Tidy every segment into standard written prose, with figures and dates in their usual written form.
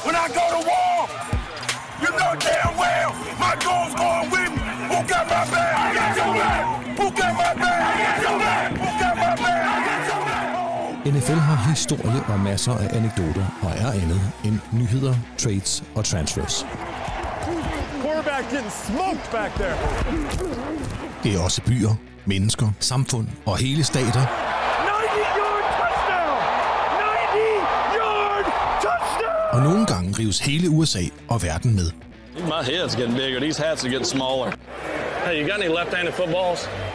when I go to war. You know damn well my goal's going with me. Who got my back? I got your back. Who got my back? I got your back. Who got my back? I got your back. NFL har historie og masser af anekdoter og er andet end nyheder, trades og transfers. Quarterback getting smoked back there. Det er også byer, mennesker, samfund og hele stater. 90-yard touchdown! 90-yard touchdown! Og nogle gange rives hele USA og verden med. My head's getting bigger. These hats are getting smaller. Hey, you got any left-handed footballs?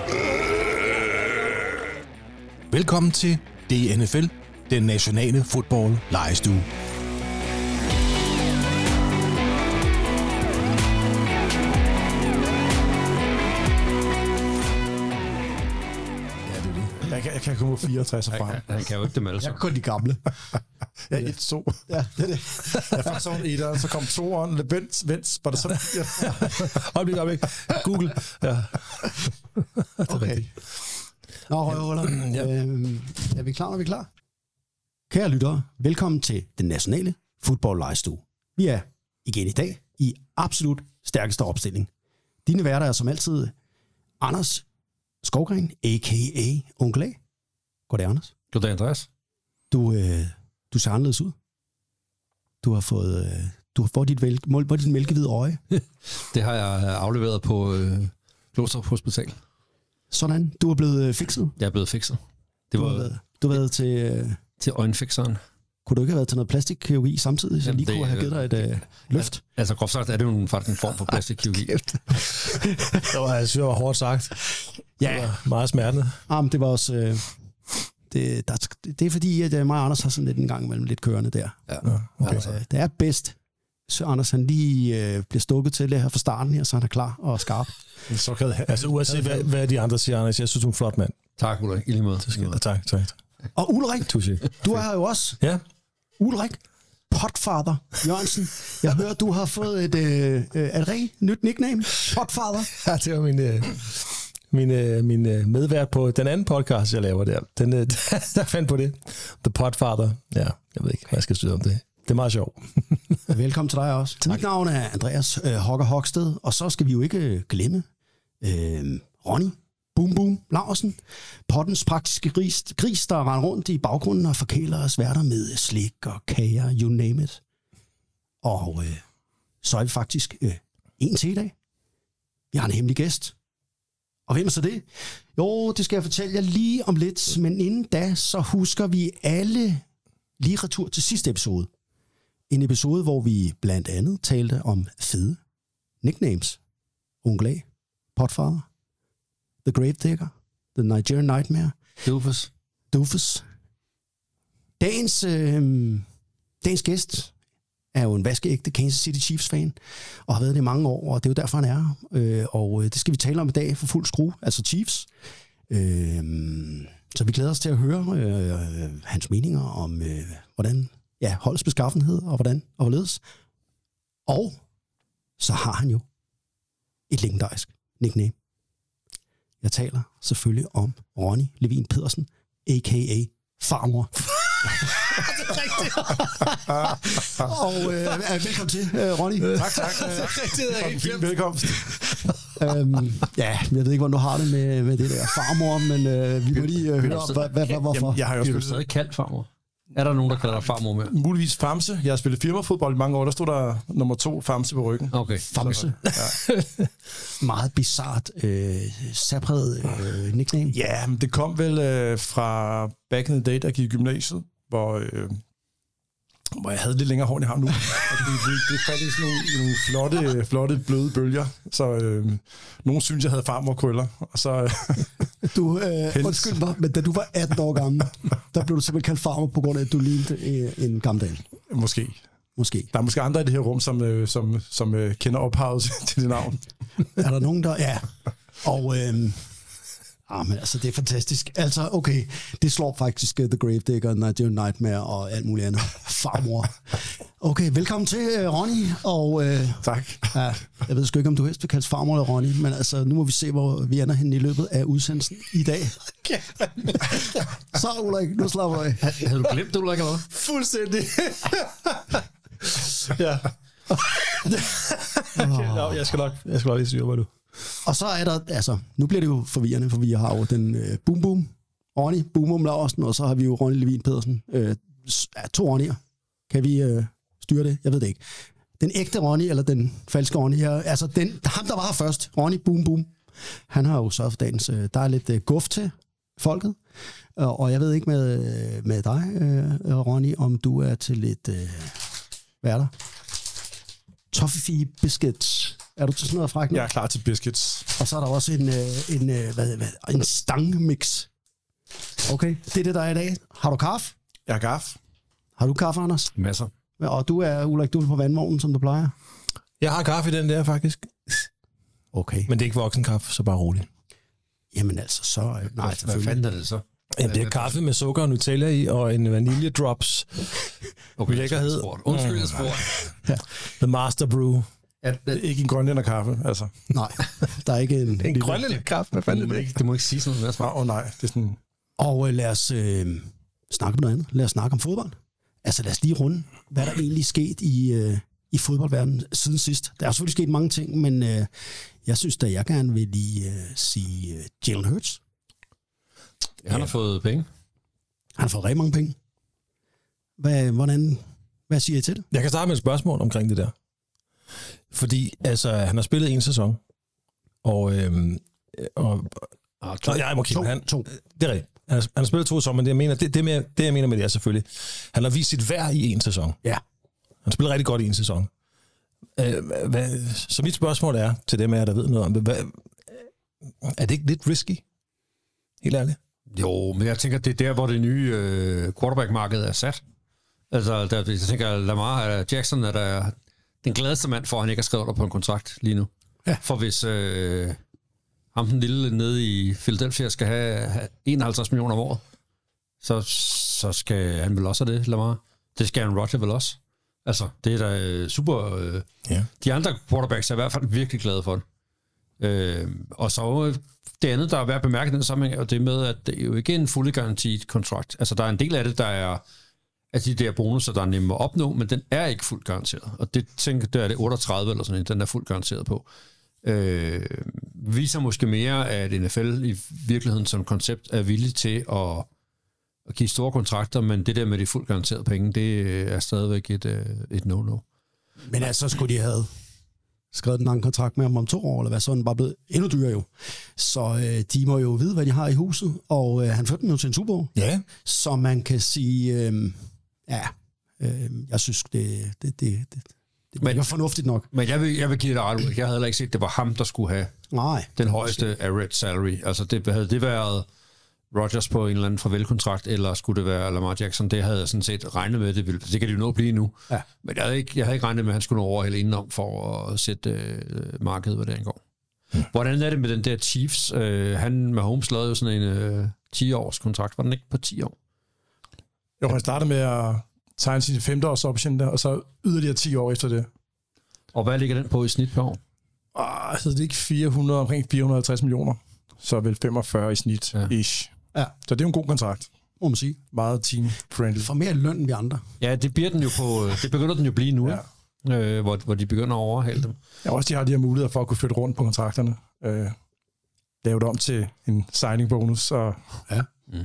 Velkommen til DNFL, den nationale fodbold legestue. Jeg kan komme 64 og frem. Han kan jo ikke dem alle Jeg kan kun de gamle. Ja, 1-2. Ja, det er det. Jeg fandt sådan en der, så kom 2'eren. Vent, var det sådan? Hold op, ikke? Google. Ja. Okay. Nå, røvhuller. Er vi klar, når vi er klar? Kære lyttere, velkommen til den nationale fodbold-legestue. Vi er igen i dag i absolut stærkeste opstilling. Dine værter er som altid Anders Skovgren, a.k.a. Onkel A. Goddag, Anders. Goddag, Andreas. Du ser anderledes ud. Du har fået dit mælkehvide øje. Det har jeg afleveret på Glostrup Hospital. Sådan. Du er blevet fikset. Jeg er blevet fikset. Du har været til øjenfikseren. Kunne du ikke have været til noget plastikkirurgi samtidig, så lige kunne have givet dig et løft? Altså groft sagt er det jo faktisk en form for plastikkirurgi. Jeg synes, det var hårdt sagt. Ja. Det var meget smertende. Men det var også... det er fordi, at mig og Anders har sådan lidt en gang imellem lidt kørende der. Ja. Okay. Altså, det er bedst, så Anders han lige bliver stukket til det her fra starten her, så han er klar og skarp. Altså uanset hvad de andre siger, Anders, jeg synes, du er en flot mand. Tak, Ulrik. I lige måde. Tak. Og Ulrik, du er her jo også. Ja. Ulrik, Potfather Jørgensen. Jeg hører, du har fået et nyt nickname. Potfather. Ja, det var min medvært på den anden podcast, jeg laver der. Der fandt på det. The Potfather. Ja, jeg ved ikke, hvad jeg skal styre om det. Det er meget sjovt. Velkommen til dig også. Mit navn er Andreas Hocker Hoksted, og så skal vi jo ikke glemme Ronny Boom Larsen, pottens praktiske gris, der render rundt i baggrunden og forkæler os værter med slik og kager, you name it. Og så er vi faktisk en til i dag. Vi har en hemmelig gæst. Og hvem er så det? Jo, det skal jeg fortælle jer lige om lidt, men inden da, så husker vi alle lige retur til sidste episode. En episode, hvor vi blandt andet talte om fede nicknames. Onkel A, Potfather, The Gravedigger, The Nigerian Nightmare, Doofus. Dagens gæst er jo en vaskeægte Kansas City Chiefs-fan, og har været det i mange år, og det er jo derfor, han er her. Og det skal vi tale om i dag for fuld skrue, altså Chiefs. Så vi glæder os til at høre hans meninger om, hvordan holdets beskaffenhed, og hvordan og hvorledes. Og så har han jo et legendarisk nickname. Jeg taler selvfølgelig om Ronny Levin Pedersen, a.k.a. Farmor. Det er rigtigt. Og velkommen til, Ronny. Tak. Det er fin velkomst. Jeg ved ikke, hvordan du har det med det der farmor, men vi må lige høre om, hvorfor. Jeg har jo spillet stadig kaldt farmor. Er der nogen, der kalder dig farmor med? Muligvis Famse. Jeg har spillet firmafodbold i mange år. Der stod der nummer 2 Famse på ryggen. Okay. Famse. Ja. Meget bizart, særpræget nickname. Ja, men det kom vel fra back in the day, der gik i gymnasiet, hvor jeg havde lidt længere hår, end jeg har nu. Det faldt i sådan nogle flotte, bløde bølger. Så nogen synes, jeg havde farmorkrøller. Og så... undskyld mig, men da du var 18 år gammel, der blev du simpelthen kaldt farmer, på grund af, at du lignede en gammel. Måske. Der er måske andre i det her rum, som kender ophavet til det navn. Er der nogen, der... Ja. Og... men altså, det er fantastisk. Altså, okay, det slår faktisk The Gravedigger, Nigerian Nightmare og alt muligt andet. Farmor. Okay, velkommen til, Ronny. Og, tak. Ja, jeg ved sgu ikke, om du helst vil kaldes farmor eller Ronny, men altså, nu må vi se, hvor vi ender hen i løbet af udsendelsen i dag. Så, Ulrik, nu slapper jeg. Havde du glemt det, Ulrik, eller hvad? Fuldstændig. Ja. Nå, jeg skal nok lige styre på det. Og så er der, altså, nu bliver det jo forvirrende, for vi har jo den Boom Boom, Ronny, Boom Boom Laursen, og så har vi jo Ronny Levin Pedersen. 2 Ronny'er. Kan vi styre det? Jeg ved det ikke. Den ægte Ronny, eller den falske Ronny? Altså, ham, der var her først, Ronny Boom Boom, han har jo sørget for dagens, der er lidt guf til folket, og jeg ved ikke med dig, Ronny, om du er til lidt, hvad er der? Toffee biscuits. Er du til sådan noget fræk nu? Jeg er klar til biscuits. Og så er der også en stangmix. Okay, det er det, der er i dag. Har du kaffe? Jeg har kaffe. Har du kaffe, Anders? Masser. Og du er, Ulrik, du er på vandvognen, som du plejer? Jeg har kaffe i den der, faktisk. Okay. Men det er ikke voksenkaffe, så bare roligt. Jamen altså, så... Nej, Hvad fanden er det så? Jamen, det er kaffe med sukker og Nutella i, og en vaniljedrops. Okay, Lækkerhed. Undskyld, jeg spurgte. The Master Brew. Ikke en grønlænder kaffe, altså. Nej, der er ikke en... En grønlænder kaffe, hvad fanden er det? Du må ikke sige sådan noget. Nej, det er sådan... Og lad os snakke om noget andet. Lad os snakke om fodbold. Altså lad os lige runde, hvad der egentlig er sket i fodboldverdenen siden sidst. Der er selvfølgelig sket mange ting, men jeg synes da, jeg gerne vil lige sige Jalen Hurts. Han har fået penge. Han har fået rigtig mange penge. Hvad siger I til det? Jeg kan starte med et spørgsmål omkring det der. Fordi altså, han har spillet 1 sæson, og jeg må kigge. To. Det er rigtigt. Han har spillet 2 sæsoner, men det jeg mener med det er selvfølgelig, han har vist sit værd i 1 sæson. Ja. Han spiller rigtig godt i 1 sæson. Så mit spørgsmål er til dem af jer, der ved noget om det. Er det ikke lidt risky? Helt ærligt. Jo, men jeg tænker, det er der, hvor det nye quarterback-marked er sat. Altså, jeg tænker, Lamar Jackson er der den gladeste mand for, at han ikke har skrevet dig på en kontrakt lige nu. Ja. For hvis ham den lille nede i Philadelphia skal have 51 millioner om året, så skal han vel også have det, Lamar. Det skal Aaron Rodgers vel også. Altså, det er da super... Ja. De andre quarterbacks er i hvert fald virkelig glade for det. Og så det andet, der er værd at bemærke i den sammenhæng, er det med, at det er jo ikke en fully guaranteed kontrakt. Altså, der er en del af det, der er af de der bonusser, der er nemme at opnå, men den er ikke fuldt garanteret. Og det tænker der er det 38 eller sådan, den er fuldt garanteret på. Viser måske mere, at NFL i virkeligheden som koncept er villig til at give store kontrakter, men det der med de fuldt garanterede penge, det er stadigvæk et no-no. Men altså, skulle de have skrevet den anden kontrakt med ham om 2 år, eller hvad, så er den bare blevet endnu dyrere jo. Så de må jo vide, hvad de har i huset, og han førte dem jo til en Super Bowl. Ja. Så man kan sige, jeg synes, det er fornuftigt nok. Men jeg vil give det ret ud. Jeg havde heller ikke set, at det var ham, der skulle have den højeste average salary. Altså, havde det været Rodgers på en eller anden farvelkontrakt, eller skulle det være Lamar Jackson, det havde jeg sådan set regnet med, det kan det jo nå at blive nu. Ja. Men jeg havde ikke regnet med, at han skulle nå over eller indenom for at sætte markedet, hvad det angår. Hvordan er det med den der Chiefs? Han med Holmes lavede jo sådan en 10-års kontrakt. Var den ikke på 10 år? Jo, han startede med at tegne sin 5-års option der, og så yderligere 10 år efter det. Og hvad ligger den på i snit per år? Så det er ikke omkring 450 millioner. Så vel 45 i snit, ish. Ja. Så det er jo en god kontrakt. Må man sige. Meget team-friendly. For mere løn end vi andre. Ja, det bliver den jo på. Det begynder den jo at blive nu, hvor de begynder at overhale dem. Ja, også de har de her muligheder for at kunne flytte rundt på kontrakterne. Lave det om til en signing-bonus. Så. Ja.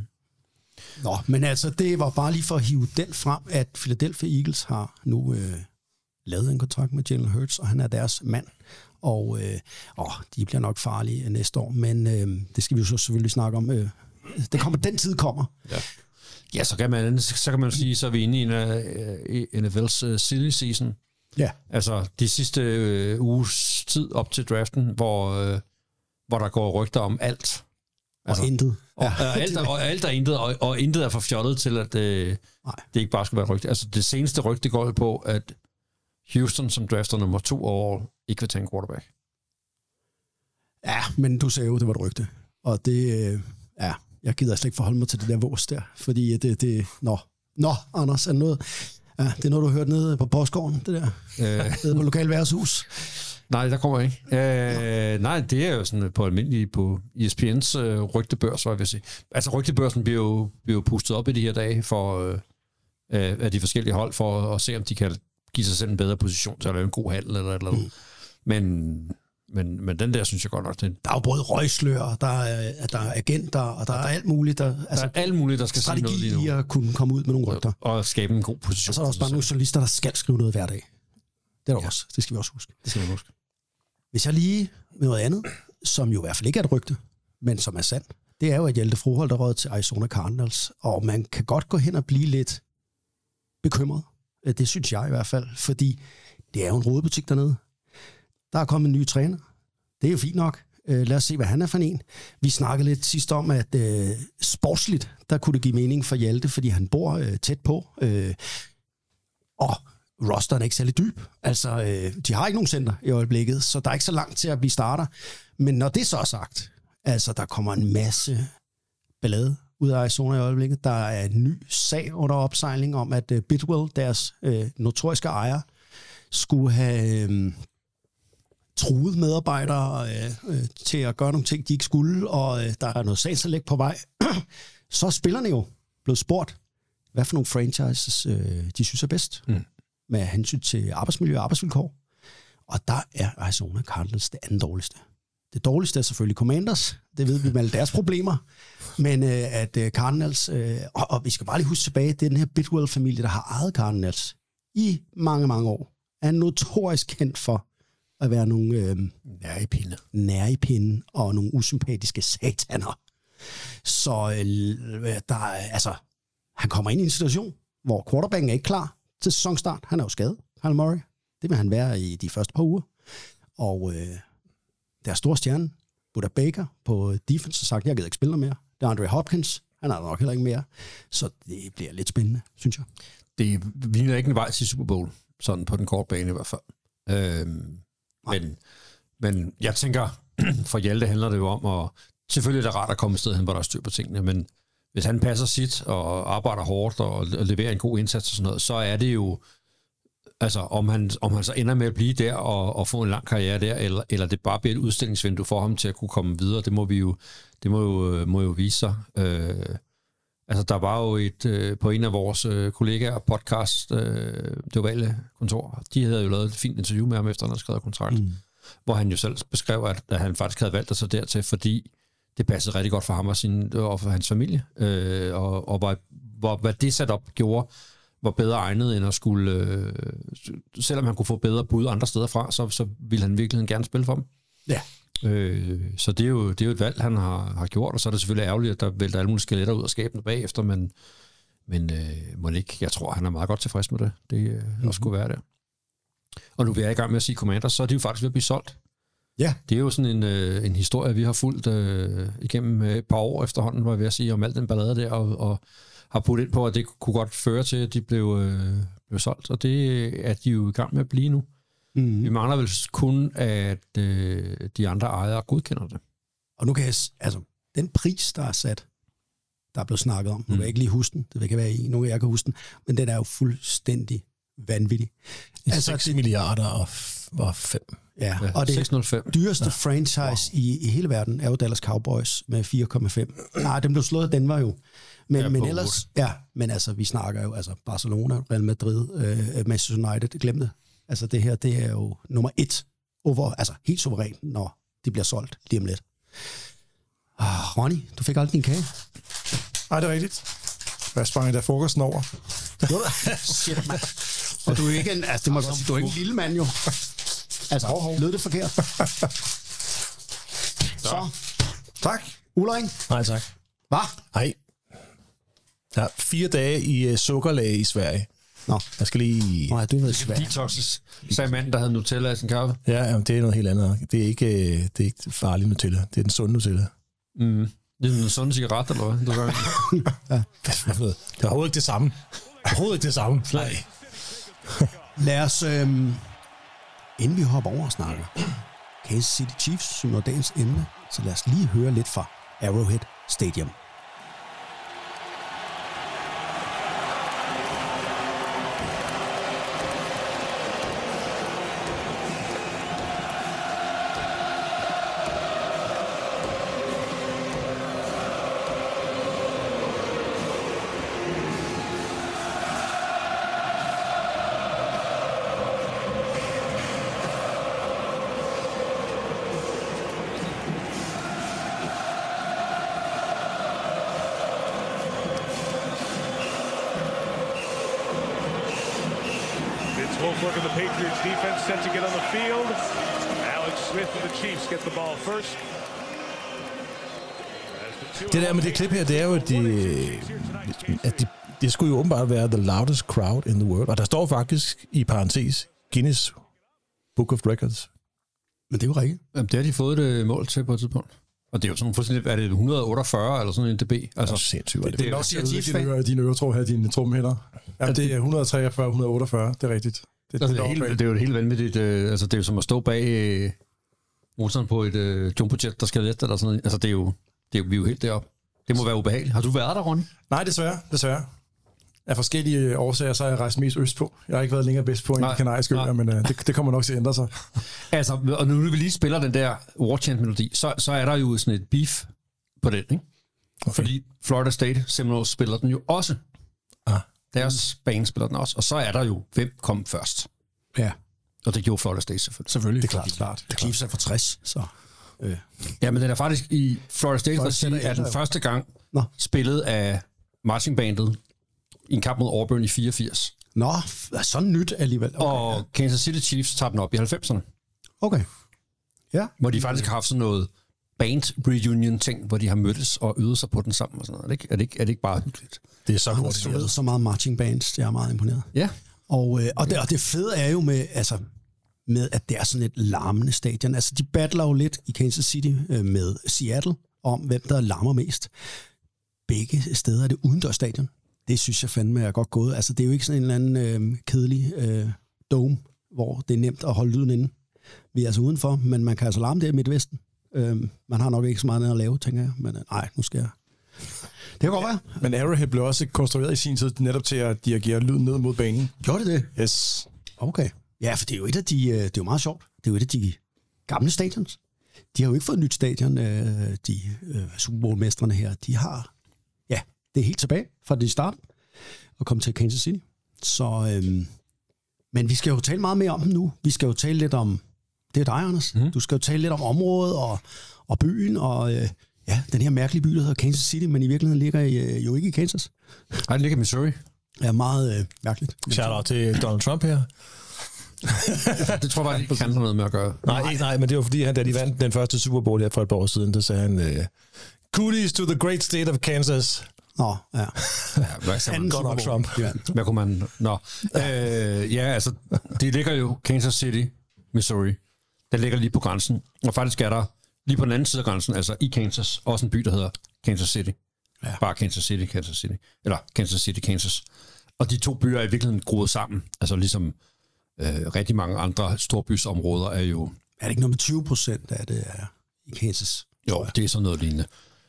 Nå, men altså, det var bare lige for at hive den frem, at Philadelphia Eagles har nu lavet en kontrakt med Jalen Hurts, og han er deres mand. Og de bliver nok farlige næste år, men det skal vi jo så selvfølgelig snakke om. Den tid kommer. Ja, så kan man sige, så er vi inde i NFL's silly season. Ja. Altså de sidste uges tid op til draften, hvor der går rygter om alt. Altså, og intet. Alt er intet, og intet er for fjollet til, at det ikke bare skal være rygte. Altså det seneste rygte går jo på, at Houston, som drafter nummer 2 år, ikke vil tage en quarterback. Ja, men du sagde jo, det var et rygte. Og det, jeg gider slet ikke forholde mig til det der vås der, fordi det Nå, Anders, er det noget... Ja, det er noget, du har hørt nede på Postgården, det der. Nede på lokal værtshus. Nej, der kommer ikke. Nej, det er jo sådan på almindelig på ESPN's rygtebørs, hvad jeg vil sige. Altså rygtebørsen bliver jo pustet op i de her dage for af de forskellige hold, for at se, om de kan give sig selv en bedre position til at lave en god handel eller et eller andet. Men den der, synes jeg godt nok, der er jo både røgslør, der er agenter, og der er alt muligt. Der er alt muligt, der skal sige noget lige nu. Strategi at kunne komme ud med nogle rygter. Og skabe en god position. Og så er der også bare nogle journalister, der skal skrive noget hver dag. Det er der også. Det skal vi også huske. Hvis jeg lige med noget andet, som jo i hvert fald ikke er et rygte, men som er sandt, det er jo, at Hjalte Froholt er røget til Arizona Cardinals, og man kan godt gå hen og blive lidt bekymret. Det synes jeg i hvert fald, fordi det er jo en rodebutik dernede. Der er kommet en ny træner. Det er jo fint nok. Lad os se, hvad han er for en. Vi snakkede lidt sidst om, at sportsligt, der kunne det give mening for Hjalte, fordi han bor tæt på. Og rosteren er ikke særlig dyb. Altså, de har ikke nogen center i øjeblikket, så der er ikke så langt til at blive starter. Men når det så er sagt, altså, der kommer en masse ballade ud af Arizona i øjeblikket. Der er en ny sag under opsejling om, at Bidwell, deres notoriske ejer, skulle have truet medarbejdere til at gøre nogle ting, de ikke skulle, og der er noget sagsanlæg på vej. Så er spillerne jo blevet spurgt, hvad for nogle franchises de synes er bedst, med hensyn til arbejdsmiljø og arbejdsvilkår. Og der er Arizona Cardinals det andet dårligste. Det dårligste er selvfølgelig Commanders. Det ved vi med alle deres problemer. Men at Cardinals, og vi skal bare lige huske tilbage, det er den her Bidwell-familie, der har ejet Cardinals i mange, mange år, er notorisk kendt for at være nogle næripinde og nogle usympatiske sataner. Så han kommer ind i en situation, hvor quarterbacken er ikke klar til sæsonstart. Han er jo skadet, Kyler Murray. Det vil han være i de første par uger. Og deres store stjerne, Buda Baker, på defense, har sagt, jeg gider ikke spille mere. Det er Andre Hopkins. Han er der nok heller ikke mere. Så det bliver lidt spændende, synes jeg. Det ligner ikke en vej til Super Bowl, sådan på den korte bane i hvert fald. Men jeg tænker, for Hjalte handler det jo om, og selvfølgelig er det rart at komme et sted hen, hvor der er styr på tingene, men hvis han passer sit og arbejder hårdt og leverer en god indsats og sådan noget, så er det jo, altså om han så ender med at blive der og få en lang karriere der, eller det bare bliver et udstillingsvindue for ham til at kunne komme videre, det må jo vise sig. Altså, der var jo på en af vores kollegaer podcast, det ovale kontor, de havde jo lavet et fint interview med ham, efter han havde skrevet kontrakt, hvor han jo selv beskrev, at han faktisk havde valgt sig dertil, fordi det passede rigtig godt for ham og for hans familie, og hvad det sat op gjorde, var bedre egnet end at skulle, selvom han kunne få bedre bud andre steder fra, så ville han virkelig gerne spille for dem. Ja. Så det er jo et valg, han har gjort, og så er det selvfølgelig ærgerligt, at der vælter alle mulige skeletter ud af skabene bagefter, men må ikke, jeg tror, han er meget godt tilfreds med det. Det også skulle være der. Og nu vil jeg i gang med at sige Commanders, så er de jo faktisk ved at blive solgt. Ja. Det er jo sådan en historie, vi har fulgt igennem et par år efterhånden, var jeg ved at sige, om alt den ballade der, og har puttet ind på, at det kunne godt føre til, at de blev solgt, og det er de jo i gang med at blive nu. Vi mangler vel kun, at de andre ejere godkender det. Og nu kan jeg, den pris, der er sat, der er blevet snakket om, nu kan jeg ikke lige huske den, det kan være i, nu jeg kan huske den, men den er jo fuldstændig vanvittig. 6 milliarder og 5. Ja, og det 605. Dyreste franchise i hele verden er jo Dallas Cowboys med 4,5. Nej, den blev slået af Denver jo. Men ellers, men altså, vi snakker jo, Barcelona, Real Madrid, Manchester United, glem det. Altså det her, det er jo nummer 1 helt suverænt, når de bliver solgt lige om lidt. Ronny, du fik aldrig din kage. Nej, det er rigtigt. Hvad sprang I der frokosten over? Shit, man. Og du er ikke en, det må du er ikke en lille mand jo. Lød det forkert? Så. Tak. Ulrik? Nej, tak. Hvad? Nej. Der er 4 dage i sukkerlag i Sverige. Nå. Jeg skal lige... Nej, du ved Sverige. Detoxes, sagde manden, der havde Nutella i sin kaffe. Ja, det er noget helt andet. Det er ikke farlig Nutella. Det er den sunde Nutella. Det er en sunde cigaret, eller hvad? Ja. Det er overhovedet ikke det samme. Nej. Lad os, inden vi hopper over og snakker Kansas City Chiefs, som er dagens emne, så lad os lige høre lidt fra Arrowhead Stadium. Close look at the Patriots defense set to get on the field. Alex Smith and the Chiefs get the ball first. Det der med det klip her, det er jo, at det skulle jo åbenbart være the loudest crowd in the world. Og der står faktisk i parentes Guinness Book of Records. Men det er jo rigtigt. Jamen, det har de fået et mål til på et tidspunkt. Og det er jo sådan fuldstændig, er det 148 eller sådan en dB? Altså, sindssygt. Det er nok dine øretråd her, dine trommehitter. Ja, det er 143, 148, det er rigtigt. Det er jo et helt vanvittigt, altså det er jo som at stå bag motoren på et jumbojet, der skal let eller sådan noget. Altså det er jo, vi er jo helt deroppe. Det må være ubehageligt. Har du været der, Ronny? Nej, desværre. Af forskellige årsager, så har jeg rejst mest østpå. Jeg har ikke været længere bedst på end de kanariske øer, men det kommer nok til at ændre sig. Altså, og nu vi lige spiller den der War Chant-melodi, så er der jo sådan et beef på den, ikke? Okay. Fordi Florida State Seminoles spiller den jo også. Deres band spiller den også. Og så er der jo, hvem kom først? Ja. Og det gjorde Florida State selvfølgelig. Det er klart. Det Chiefs er for 60, så... Ja, men den er faktisk i Florida State, er den første gang spillet af marchingbandet i en kamp mod Auburn i 84. Nå, sådan nyt alligevel. Okay, og Kansas City Chiefs tager den op i 90'erne. Okay. Ja. Hvor de faktisk har haft sådan noget band reunion ting, hvor de har mødtes og øvet sig på den sammen og sådan noget. Er det ikke bare hyggeligt? Det er så godt. Jeg har så meget marching bands, jeg er meget imponeret. Ja. Og det fede er jo med at det er sådan et larmende stadion. Altså, de battler jo lidt i Kansas City med Seattle om, hvem der larmer mest. Begge steder er det udendørsstadion. Det synes jeg fandme er godt gået. Altså, det er jo ikke sådan en eller anden kedelig dome, hvor det er nemt at holde lyden inde. Vi er altså udenfor, men man kan altså larme det i Midtvesten. Man har nok ikke så meget at lave, tænker jeg. Men nej, nu skal jeg... Det kan godt være. Men Arrowhead blev også konstrueret i sin tid netop til at dirigere lyden ned mod banen. Gjorde det? Yes. Okay. Ja, for det er jo det er jo meget sjovt. Det er jo et af de gamle stadions. De har jo ikke fået et nyt stadion, de Super Bowl-mestrene her. De har, det er helt tilbage fra de start og kom til Kansas City. Så, men vi skal jo tale meget mere om dem nu. Vi skal jo tale lidt om, det er dig, Anders. Du skal jo tale lidt om området og byen og den her mærkelige by, der hedder Kansas City, men i virkeligheden ligger jo ikke i Kansas. Nej, den ligger i Missouri. Ja, meget mærkeligt. Shout out til Donald Trump her. Det tror jeg bare, det kan have noget med at gøre. Nej, men det var fordi, da de vandt den første Super Bowl her for et par år siden, der sagde han, kudos to the great state of Kansas. Nå, ja. Donald Trump. Hvad kunne man... altså, det ligger jo Kansas City, Missouri. Den ligger lige på grænsen. Og faktisk er der lige på den anden side af grænsen, altså i Kansas, også en by, der hedder Kansas City. Ja. Bare Kansas City. Eller Kansas City, Kansas. Og de to byer er i virkeligheden groet sammen. Altså ligesom rigtig mange andre storbysområder er jo... Er det ikke noget med 20% af det er i Kansas? Jo, det er sådan noget lignende.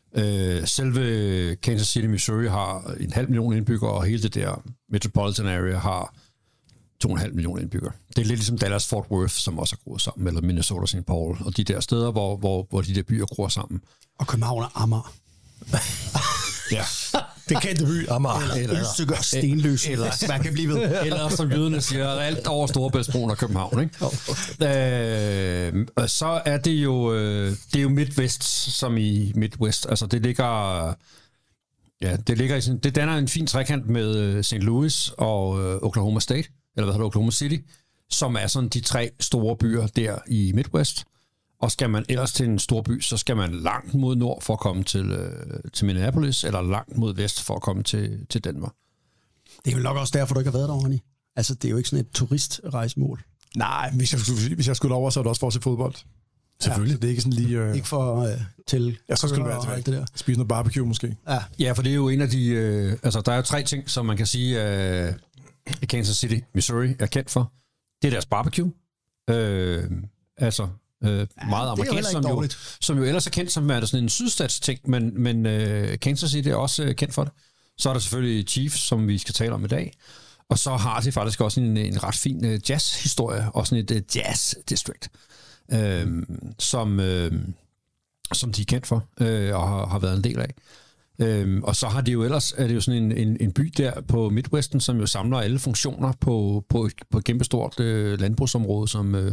Selve Kansas City, Missouri har 500.000 indbyggere, og hele det der metropolitan area har 2,5 millioner indbyggere. Det er lidt ligesom Dallas Fort Worth, som også er groet sammen, eller Minnesota St. Paul, og de der steder, hvor de der byer gror sammen. Og København er Amager. Ja. Det kendte by, Amager. Eller et stykke stenløs. Eller hvad kan blive ved? Eller som jyderne siger, alt over Storebæltsbroen og København. Ikke? Så er det jo Midwest, som i Midwest. Altså det ligger i sådan, det danner en fin trekant med St. Louis og Oklahoma State, eller hvad hedder det, Oklahoma City, som er sådan de tre store byer der i Midwest. Og skal man ellers til en stor by, så skal man langt mod nord for at komme til Minneapolis, eller langt mod vest for at komme til Denver. Det er jo nok også derfor, du ikke har været der, Ronny. Altså, det er jo ikke sådan et turistrejsemål. Nej, hvis jeg skulle over, så er det også for at se fodbold. Selvfølgelig. Det er ikke sådan lige... Ikke for til... Ja, så skulle det være til det der. Spise noget barbecue måske. Ja, for det er jo en af de... der er jo tre ting, som man kan sige, Kansas City, Missouri er kendt for. Det er deres barbecue. Meget amerikansk, som jo ellers er kendt som er sådan en sydstatsting, men Kansas City er også kendt for det. Så er der selvfølgelig Chiefs, som vi skal tale om i dag. Og så har det faktisk også en ret fin jazz-historie, og sådan et jazz-district, som de er kendt for, og har været en del af. Og så har de jo ellers, er det jo sådan en by der på Midwesten, som jo samler alle funktioner på et kæmpestort landbrugsområde,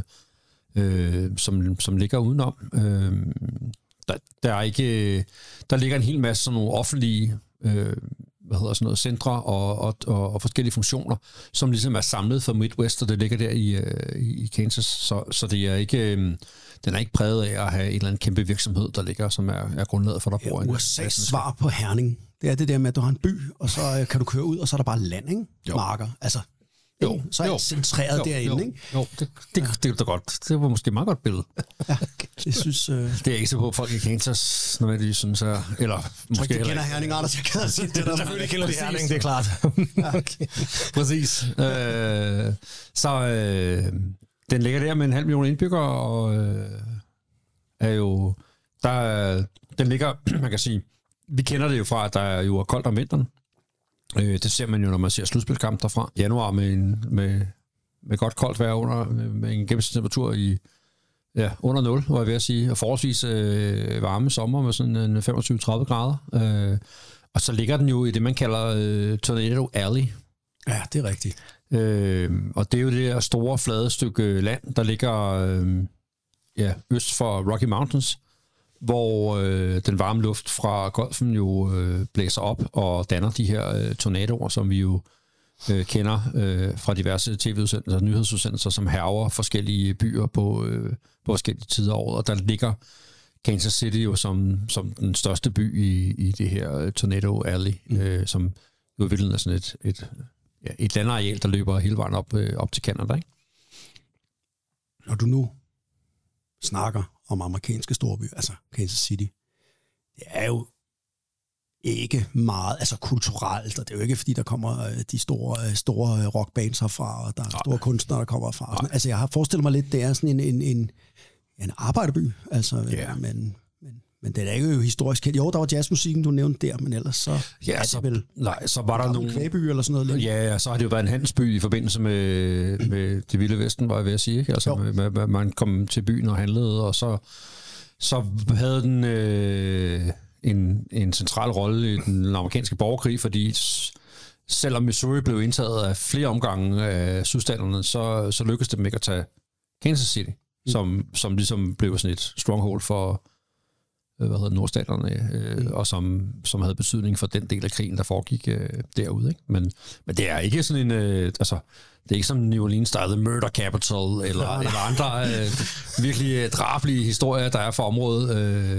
som ligger udenom. Der ligger en hel masse sådan nogle offentlige centre og forskellige funktioner, som ligesom er samlet for Midwest, og det ligger der i Kansas. Så det er ikke, den er ikke præget af at have en eller anden kæmpe virksomhed, der ligger, som er grundlaget for, der bor en. USA's svar på Herning, det er det der med, at du har en by, og så kan du køre ud, og så er der bare land, ikke? Marker. Altså, så er det centreret derinde, ikke? Jo, det er da godt. Det var måske et meget godt billede. Ja, jeg synes... Det er ikke så på, at folk i Kansas nødvendigvis synes, eller måske heller ikke. Herning, Anders, jeg kan sige det der. Selvfølgelig kender de Herning, det er klart. Okay. Præcis. Så den ligger der med 500.000 indbyggere, og er jo... Den ligger, man kan sige... Vi kender det jo fra, at der jo er koldt om vinteren. Det ser man jo, når man ser slutspilskamp derfra. Januar med godt koldt vejr med en gennemsnitstemperatur i under 0, var jeg ved at sige. Og forholdsvis varme sommer med sådan 25-30 grader. Og så ligger den jo i det, man kalder Tornado Alley. Ja, det er rigtigt. Og det er jo det der store, flade stykke land, der ligger øst for Rocky Mountains, hvor den varme luft fra Golfen jo blæser op og danner de her tornadoer, som vi jo kender fra diverse tv-udsendelser, nyhedsudsendelser, som hærger forskellige byer på forskellige tider af året. Og der ligger Kansas City jo som den største by i det her Tornado Alley, som jo i virkeligheden er sådan et landareal, der løber hele vejen op til Canada, ikke? Når du nu snakker om amerikanske storbyer, altså Kansas City, det er jo ikke meget, altså kulturelt, og det er jo ikke, fordi der kommer de store rockbands herfra, og der er store kunstnere, der kommer herfra. Altså, jeg har forestillet mig lidt, det er sådan en arbejderby, altså, men det er ikke jo historisk kendt. Jo, der var jazzmusikken, du nævnte der, men ellers så er det vel... Nej, så var der nogle... kvægby eller sådan noget. Ja, så har det jo været en handelsby i forbindelse med det vilde vesten, var jeg ved at sige, ikke? Altså, man kom til byen og handlede, og så havde den en central rolle i den amerikanske borgerkrig, fordi selvom Missouri blev indtaget af flere omgange af sydstaterne, så lykkedes det dem ikke at tage Kansas City, som ligesom blev sådan et stronghold for nordstaterne, og som havde betydning for den del af krigen, der foregik derude. Ikke? Men det er ikke sådan en... det er ikke som New Orleans, der er The Murder Capital, eller andre virkelig drabelige historier, der er for området.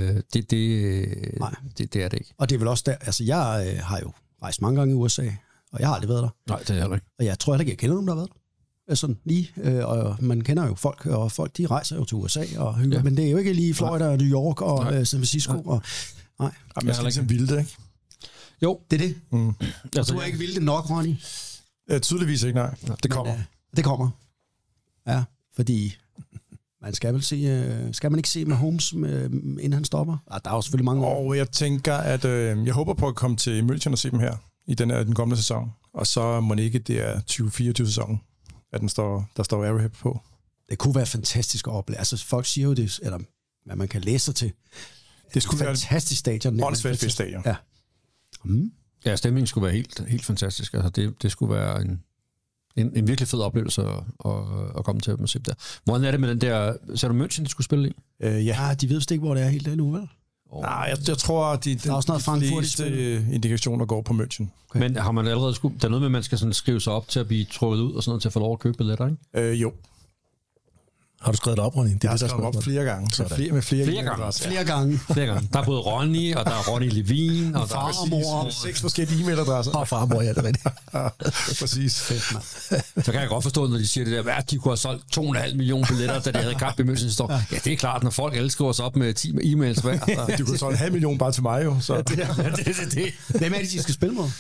Det er det ikke. Og det er vel også der... Altså, jeg har jo rejst mange gange i USA, og jeg har aldrig været der. Nej, det er heller ikke. Og jeg tror heller ikke, jeg kender nogen, der har været der. Sådan lige, og man kender jo folk, og folk de rejser jo til USA og hygger, men det er jo ikke lige Florida og New York og San Francisco. Nej. Man skal ligesom vilde det, ikke? Jo, det er det. Altså, du er ikke vilde nok, Ronny? Tydeligvis ikke, nej. Det kommer. Det kommer. Ja, fordi man skal vel se, skal man ikke se Mahomes, inden han stopper? Der er jo selvfølgelig mange år. Og jeg tænker, at jeg håber på at komme til München og se dem her i den kommende sæson. Og så må det ikke, det er 2024-sæsonen. At der står Arrowhead på. Det kunne være fantastisk at opleve. Altså, folk siger jo det, eller hvad man kan læse sig til. Det skulle være et fantastisk stadion. Åndssvagt fedt stadion. Ja. Ja, stemningen skulle være helt fantastisk. Altså, det skulle være en virkelig fed oplevelse at komme til at se der. Hvordan er det med den der... Ser du München, de skulle spille i? Ja, de ved vist ikke, hvor det er helt endnu, vel? Nej, jeg tror, at de fleste indikationer går på München. Okay. Men har man allerede der er noget med, at man skal sådan skrive sig op til at blive trukket ud og sådan noget, til at få lov at købe billetter, ikke? Jo. Har du skrevet det op, Ronny? Jeg har skrevet op flere gange. Flere gange. Der er både Ronny, og der er Ronny Levin, og far og mor. 6 forskellige e-mailadresser. Og far og mor, ja, det er rigtigt. Præcis. Så kan jeg godt forstå, når de siger det der, at de kunne have solgt 2,5 millioner billetter, da de havde kamp i München. Ja, det er klart, når folk alle skriver sig op med 10 e-mails hver. De kunne have solgt 500 millioner bare til mig, jo. Så. Det. Hvem er det, de skal spille mod?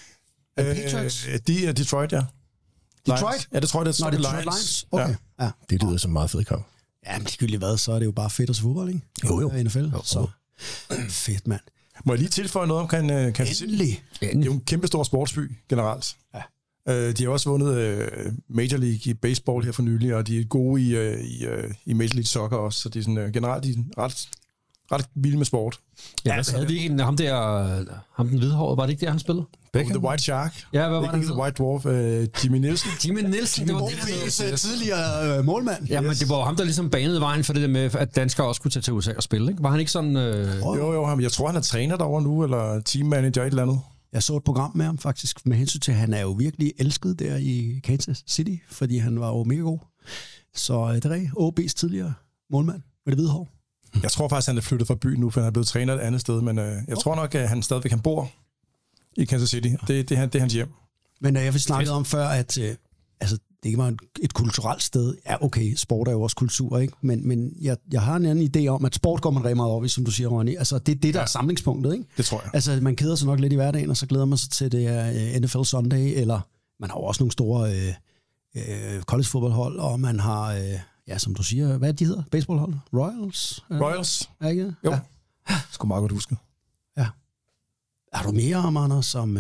De er Detroit, ja. Detroit? Ja, det tror jeg, det er Detroit Lions. Okay. Ja. Det lyder som en meget fed kamp. Ja, men ligegyldigt hvad, så er det jo bare fedt at se fodbold, ikke? Jo. NFL, så fedt, mand. Må jeg lige tilføje noget omkring Kansas City? Endelig. Det er jo en kæmpe stor sportsby generelt. Ja. De har også vundet Major League i baseball her for nylig, og de er gode i Major League Soccer også, så de er sådan, generelt de er ret vilde med sport. Ja, altså, havde vi ikke ham den hvidhårede, var det ikke det, han spillede? The White Shark. Ja, hvad var det? The White Dwarf. Jimmy Nielsen. Det var det. Tidligere målmand. Ja, men det var ham, der ligesom banede vejen for det der med, at danskere også kunne tage til USA og spille, ikke? Var han ikke sådan... Jo, jeg tror, han er træner derovre nu, eller teammanager, et eller andet. Jeg så et program med ham faktisk, med hensyn til, at han er jo virkelig elsket der i Kansas City, fordi han var jo mega god. Så det er OB's tidligere målmand med det hvide hår. Jeg tror faktisk, han er flyttet fra byen nu, for han er blevet træner et andet sted, men jeg tror nok, at han stadigvæk bor i Kansas City. Det er hans hjem. Men jeg vil snakke om før, at det ikke var et kulturelt sted. Ja, okay, sport er jo også kultur, ikke? Men jeg har en anden idé om, at sport går man rigtig meget op i, som du siger, Ronny. Altså, det er det, der er samlingspunktet, ikke? Det tror jeg. Altså, man keder sig nok lidt i hverdagen, og så glæder man sig til det her NFL Sunday, eller man har jo også nogle store college-fodboldhold, og man har, som du siger, hvad de hedder? Baseballhold? Royals? Royals? Ja, ikke? Jo. Ja. Skulle meget godt huske. Ja. Er du mere om, Anders, som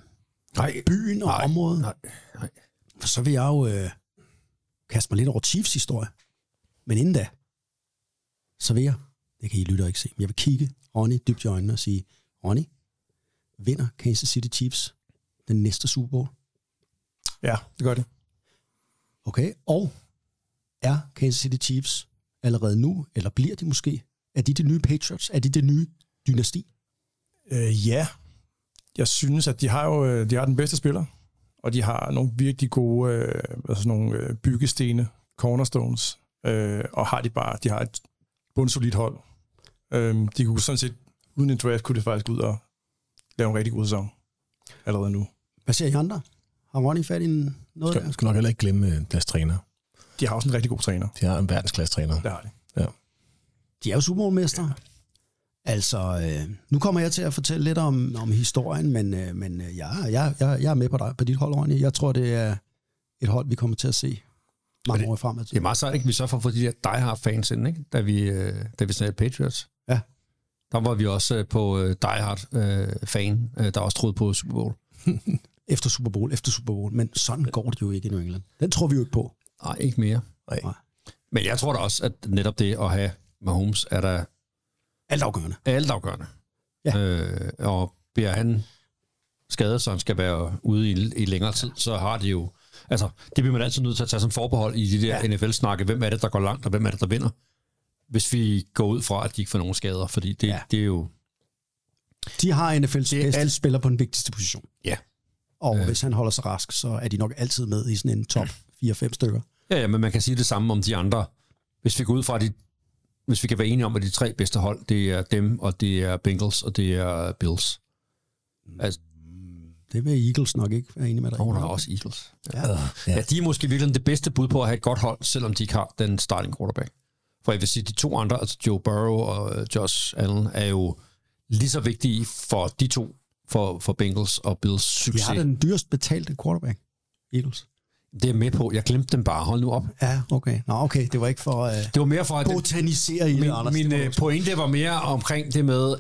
byen og området? Nej. For så vil jeg jo kaste mig lidt over Chiefs historie. Men inden da, så vil jeg, det kan I lytter ikke se, men jeg vil kigge Ronny dybt i øjnene og sige, Ronny, vinder Kansas City Chiefs den næste Super Bowl? Ja, det gør det. Okay, og er Kansas City Chiefs allerede nu, eller bliver de måske? Er de nye Patriots? Er de det nye dynasti? Ja. Jeg synes, at de har den bedste spiller, og de har nogle virkelig gode nogle byggestene, cornerstones, og de har et bundsolidt hold. De kunne sådan set, uden en draft, kunne det faktisk ud og lave en rigtig god sæson allerede nu. Hvad siger I andre? Har Ronny fat i noget? Jeg skal nok heller ikke glemme deres træner. De har også en rigtig god træner. De har en verdensklasse træner. Det har de. Ja. De er jo Super Bowl-mestre. Ja. Altså, nu kommer jeg til at fortælle lidt om historien, men jeg er med på dig, på dit hold, Ronny. Jeg tror, det er et hold, vi kommer til at se mange år fremad. Det er meget sejt, ikke? Vi så får de der diehard-fans ind, ikke? Da vi snakkede Patriots. Ja. Der var vi også på diehard-fan, der også troede på Super Bowl. Efter Super Bowl. Men sådan går det jo ikke i New England. Den tror vi jo ikke på. Nej, ikke mere. Nej. Men jeg tror da også, at netop det at have Mahomes er der altafgørende. Ja. Og bliver han skadet, så han skal være ude i længere tid, så har de jo... Altså, det bliver man altid nødt til at tage som forbehold i de der NFL-snakke. Hvem er det, der går langt, og hvem er det, der vinder? Hvis vi går ud fra, at de ikke får nogen skader, fordi det er jo... De har NFL's bedste spiller på den vigtigste position. Ja. Og hvis han holder sig rask, så er de nok altid med i sådan en top 4-5 stykker. Ja, men man kan sige det samme om de andre. Hvis vi går ud fra, hvis vi kan være enige om, at de 3 bedste hold, det er dem, og det er Bengals, og det er Bills. Altså, det vil Eagles nok ikke være enige med dig. Der er også Eagles. Ja, de er måske virkelig det bedste bud på at have et godt hold, selvom de ikke har den starting quarterback. For jeg vil sige, de 2 andre, altså Joe Burrow og Josh Allen, er jo lige så vigtige for de 2, for Bengals og Bills succes. De har den dyrest betalte quarterback, Eagles. Det er med på. Jeg glemte dem bare. Hold nu op. Ja, okay. Nå, okay. Det var ikke for det var mere for at botanisere i det, Anders. Min pointe var mere omkring det med,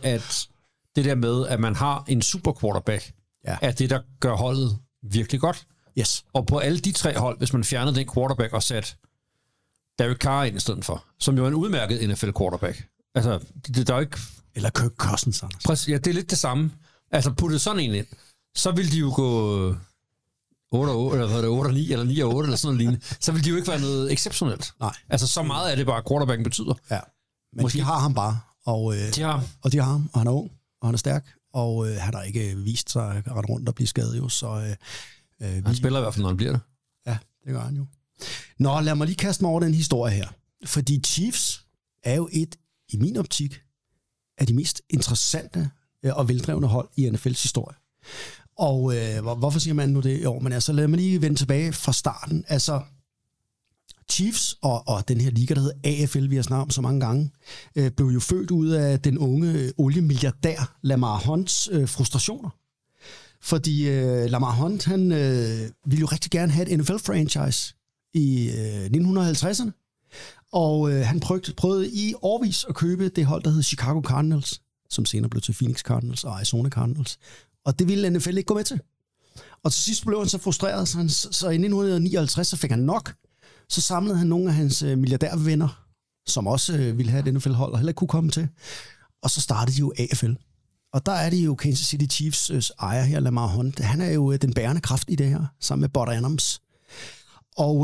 at man har en super quarterback, er det, der gør holdet virkelig godt. Yes. Og på alle de 3 hold, hvis man fjernede den quarterback og satte Derek Carr ind i stedet for, som jo er en udmærket NFL quarterback. Altså, der er ikke... Eller Kirk Cousins, Anders. Præcis, ja, det er lidt det samme. Altså, puttede sådan en ind, så ville de jo gå 8-8, eller 8-9, eller 9-8, eller sådan noget lignende. Så ville de jo ikke være noget exceptionelt. Nej. Altså, så meget af det bare, quarterbacken betyder. Ja, men måske de har ham bare. Og de har ham, og han er ung, og han er stærk, og han har ikke vist sig at rette rundt og blive skadet jo, så... Han spiller i hvert fald, når han bliver det. Ja, det gør han jo. Nå, lad mig lige kaste mig over den historie her. Fordi Chiefs er jo i min optik, af de mest interessante og veldrevne hold i NFL's historie. Og hvorfor siger man nu det? Jo, men altså lad mig lige vende tilbage fra starten. Altså, Chiefs og den her liga, der hedder AFL, vi har snakket om så mange gange, blev jo født ud af den unge oliemilliardær Lamar Hunts frustrationer. Fordi Lamar Hunt, han ville jo rigtig gerne have et NFL-franchise i 1950'erne. Og han prøvede i årevis at købe det hold, der hed Chicago Cardinals, som senere blev til Phoenix Cardinals og Arizona Cardinals. Og det ville NFL ikke gå med til. Og til sidst blev han så frustreret, så i 1959 så fik han nok. Så samlede han nogle af hans milliardærvenner, som også ville have et NFL-hold og heller ikke kunne komme til. Og så startede de jo AFL. Og der er det jo Kansas City Chiefs ejer her, Lamar Hunt. Han er jo den bærende kraft i det her, sammen med Bud Adams. Og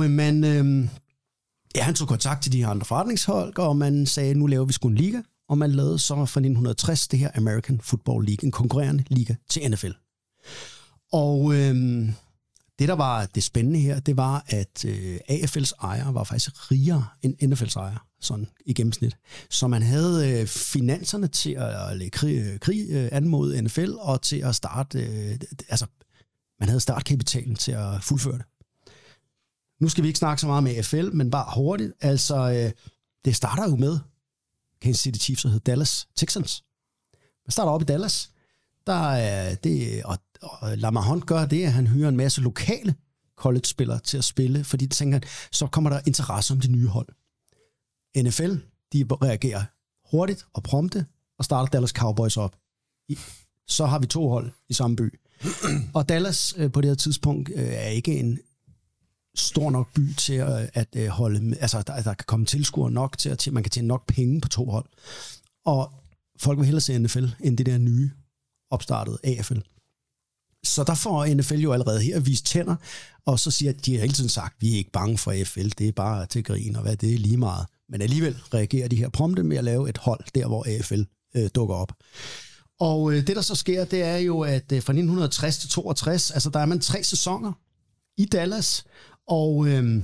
han tog kontakt til de her andre forretningshold, og man sagde, nu laver vi sgu en liga. Og man lavede så fra 1960 det her American Football League, en konkurrerende liga til NFL. Og det, der var det spændende her, det var, at AFL's ejer var faktisk rigere end NFL's ejer, sådan i gennemsnit. Så man havde finanserne til at lægge krig an mod NFL, og til at starte, man havde startkapitalen til at fuldføre det. Nu skal vi ikke snakke så meget med AFL, men bare hurtigt. Altså, det starter jo med Kansas City Chiefs, der hedder Dallas Texans. Man starter op i Dallas. Der er det, og Lamar Hunt gør det, at han hyrer en masse lokale college-spillere til at spille, fordi de tænker, så kommer der interesse om de nye hold. NFL, de reagerer hurtigt og prompte, og starter Dallas Cowboys op. Så har vi 2 hold i samme by. Og Dallas på det her tidspunkt er ikke en stor nok by til at holde, altså der kan komme tilskuere nok til, at man kan tjene nok penge på 2 hold. Og folk vil hellere se NFL, end det der nye opstartede AFL. Så der får NFL jo allerede her vist tænder, og så siger de har hele tiden sagt, vi er ikke bange for AFL, det er bare til grin, og hvad det er lige meget. Men alligevel reagerer de her prompte med at lave et hold, der hvor AFL dukker op. Og det, der så sker, det er jo, at fra 1960 til 62, altså der er man 3 sæsoner i Dallas, og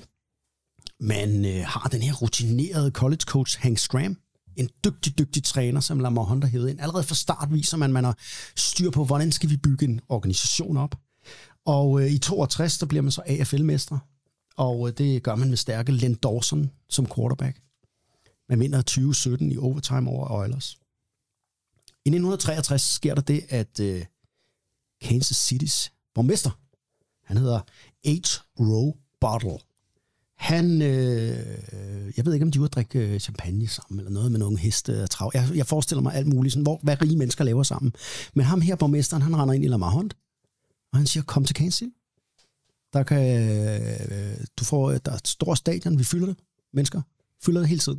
man har den her rutinerede college coach, Hank Stram, en dygtig træner, som Lamar Hunt har hævet ind. Allerede fra start viser man har styr på, hvordan skal vi bygge en organisation op. Og i 62, der bliver man så AFL-mestre, og det gør man med stærke Len Dawson som quarterback. Man vinder 2017 i overtime over Oilers. I 1963 sker der det, at Kansas City's borgmester, han hedder H. Rowe Bartle. Han, jeg ved ikke, om de var at drikke champagne sammen, eller noget med nogle heste og trav. Jeg forestiller mig alt muligt, sådan, hvad rige mennesker laver sammen. Men ham her, borgmesteren, han render ind i Lamar Hunt, og han siger, kom til Kansas City. Der er et stort stadion, vi fylder det. Mennesker fylder det hele tiden.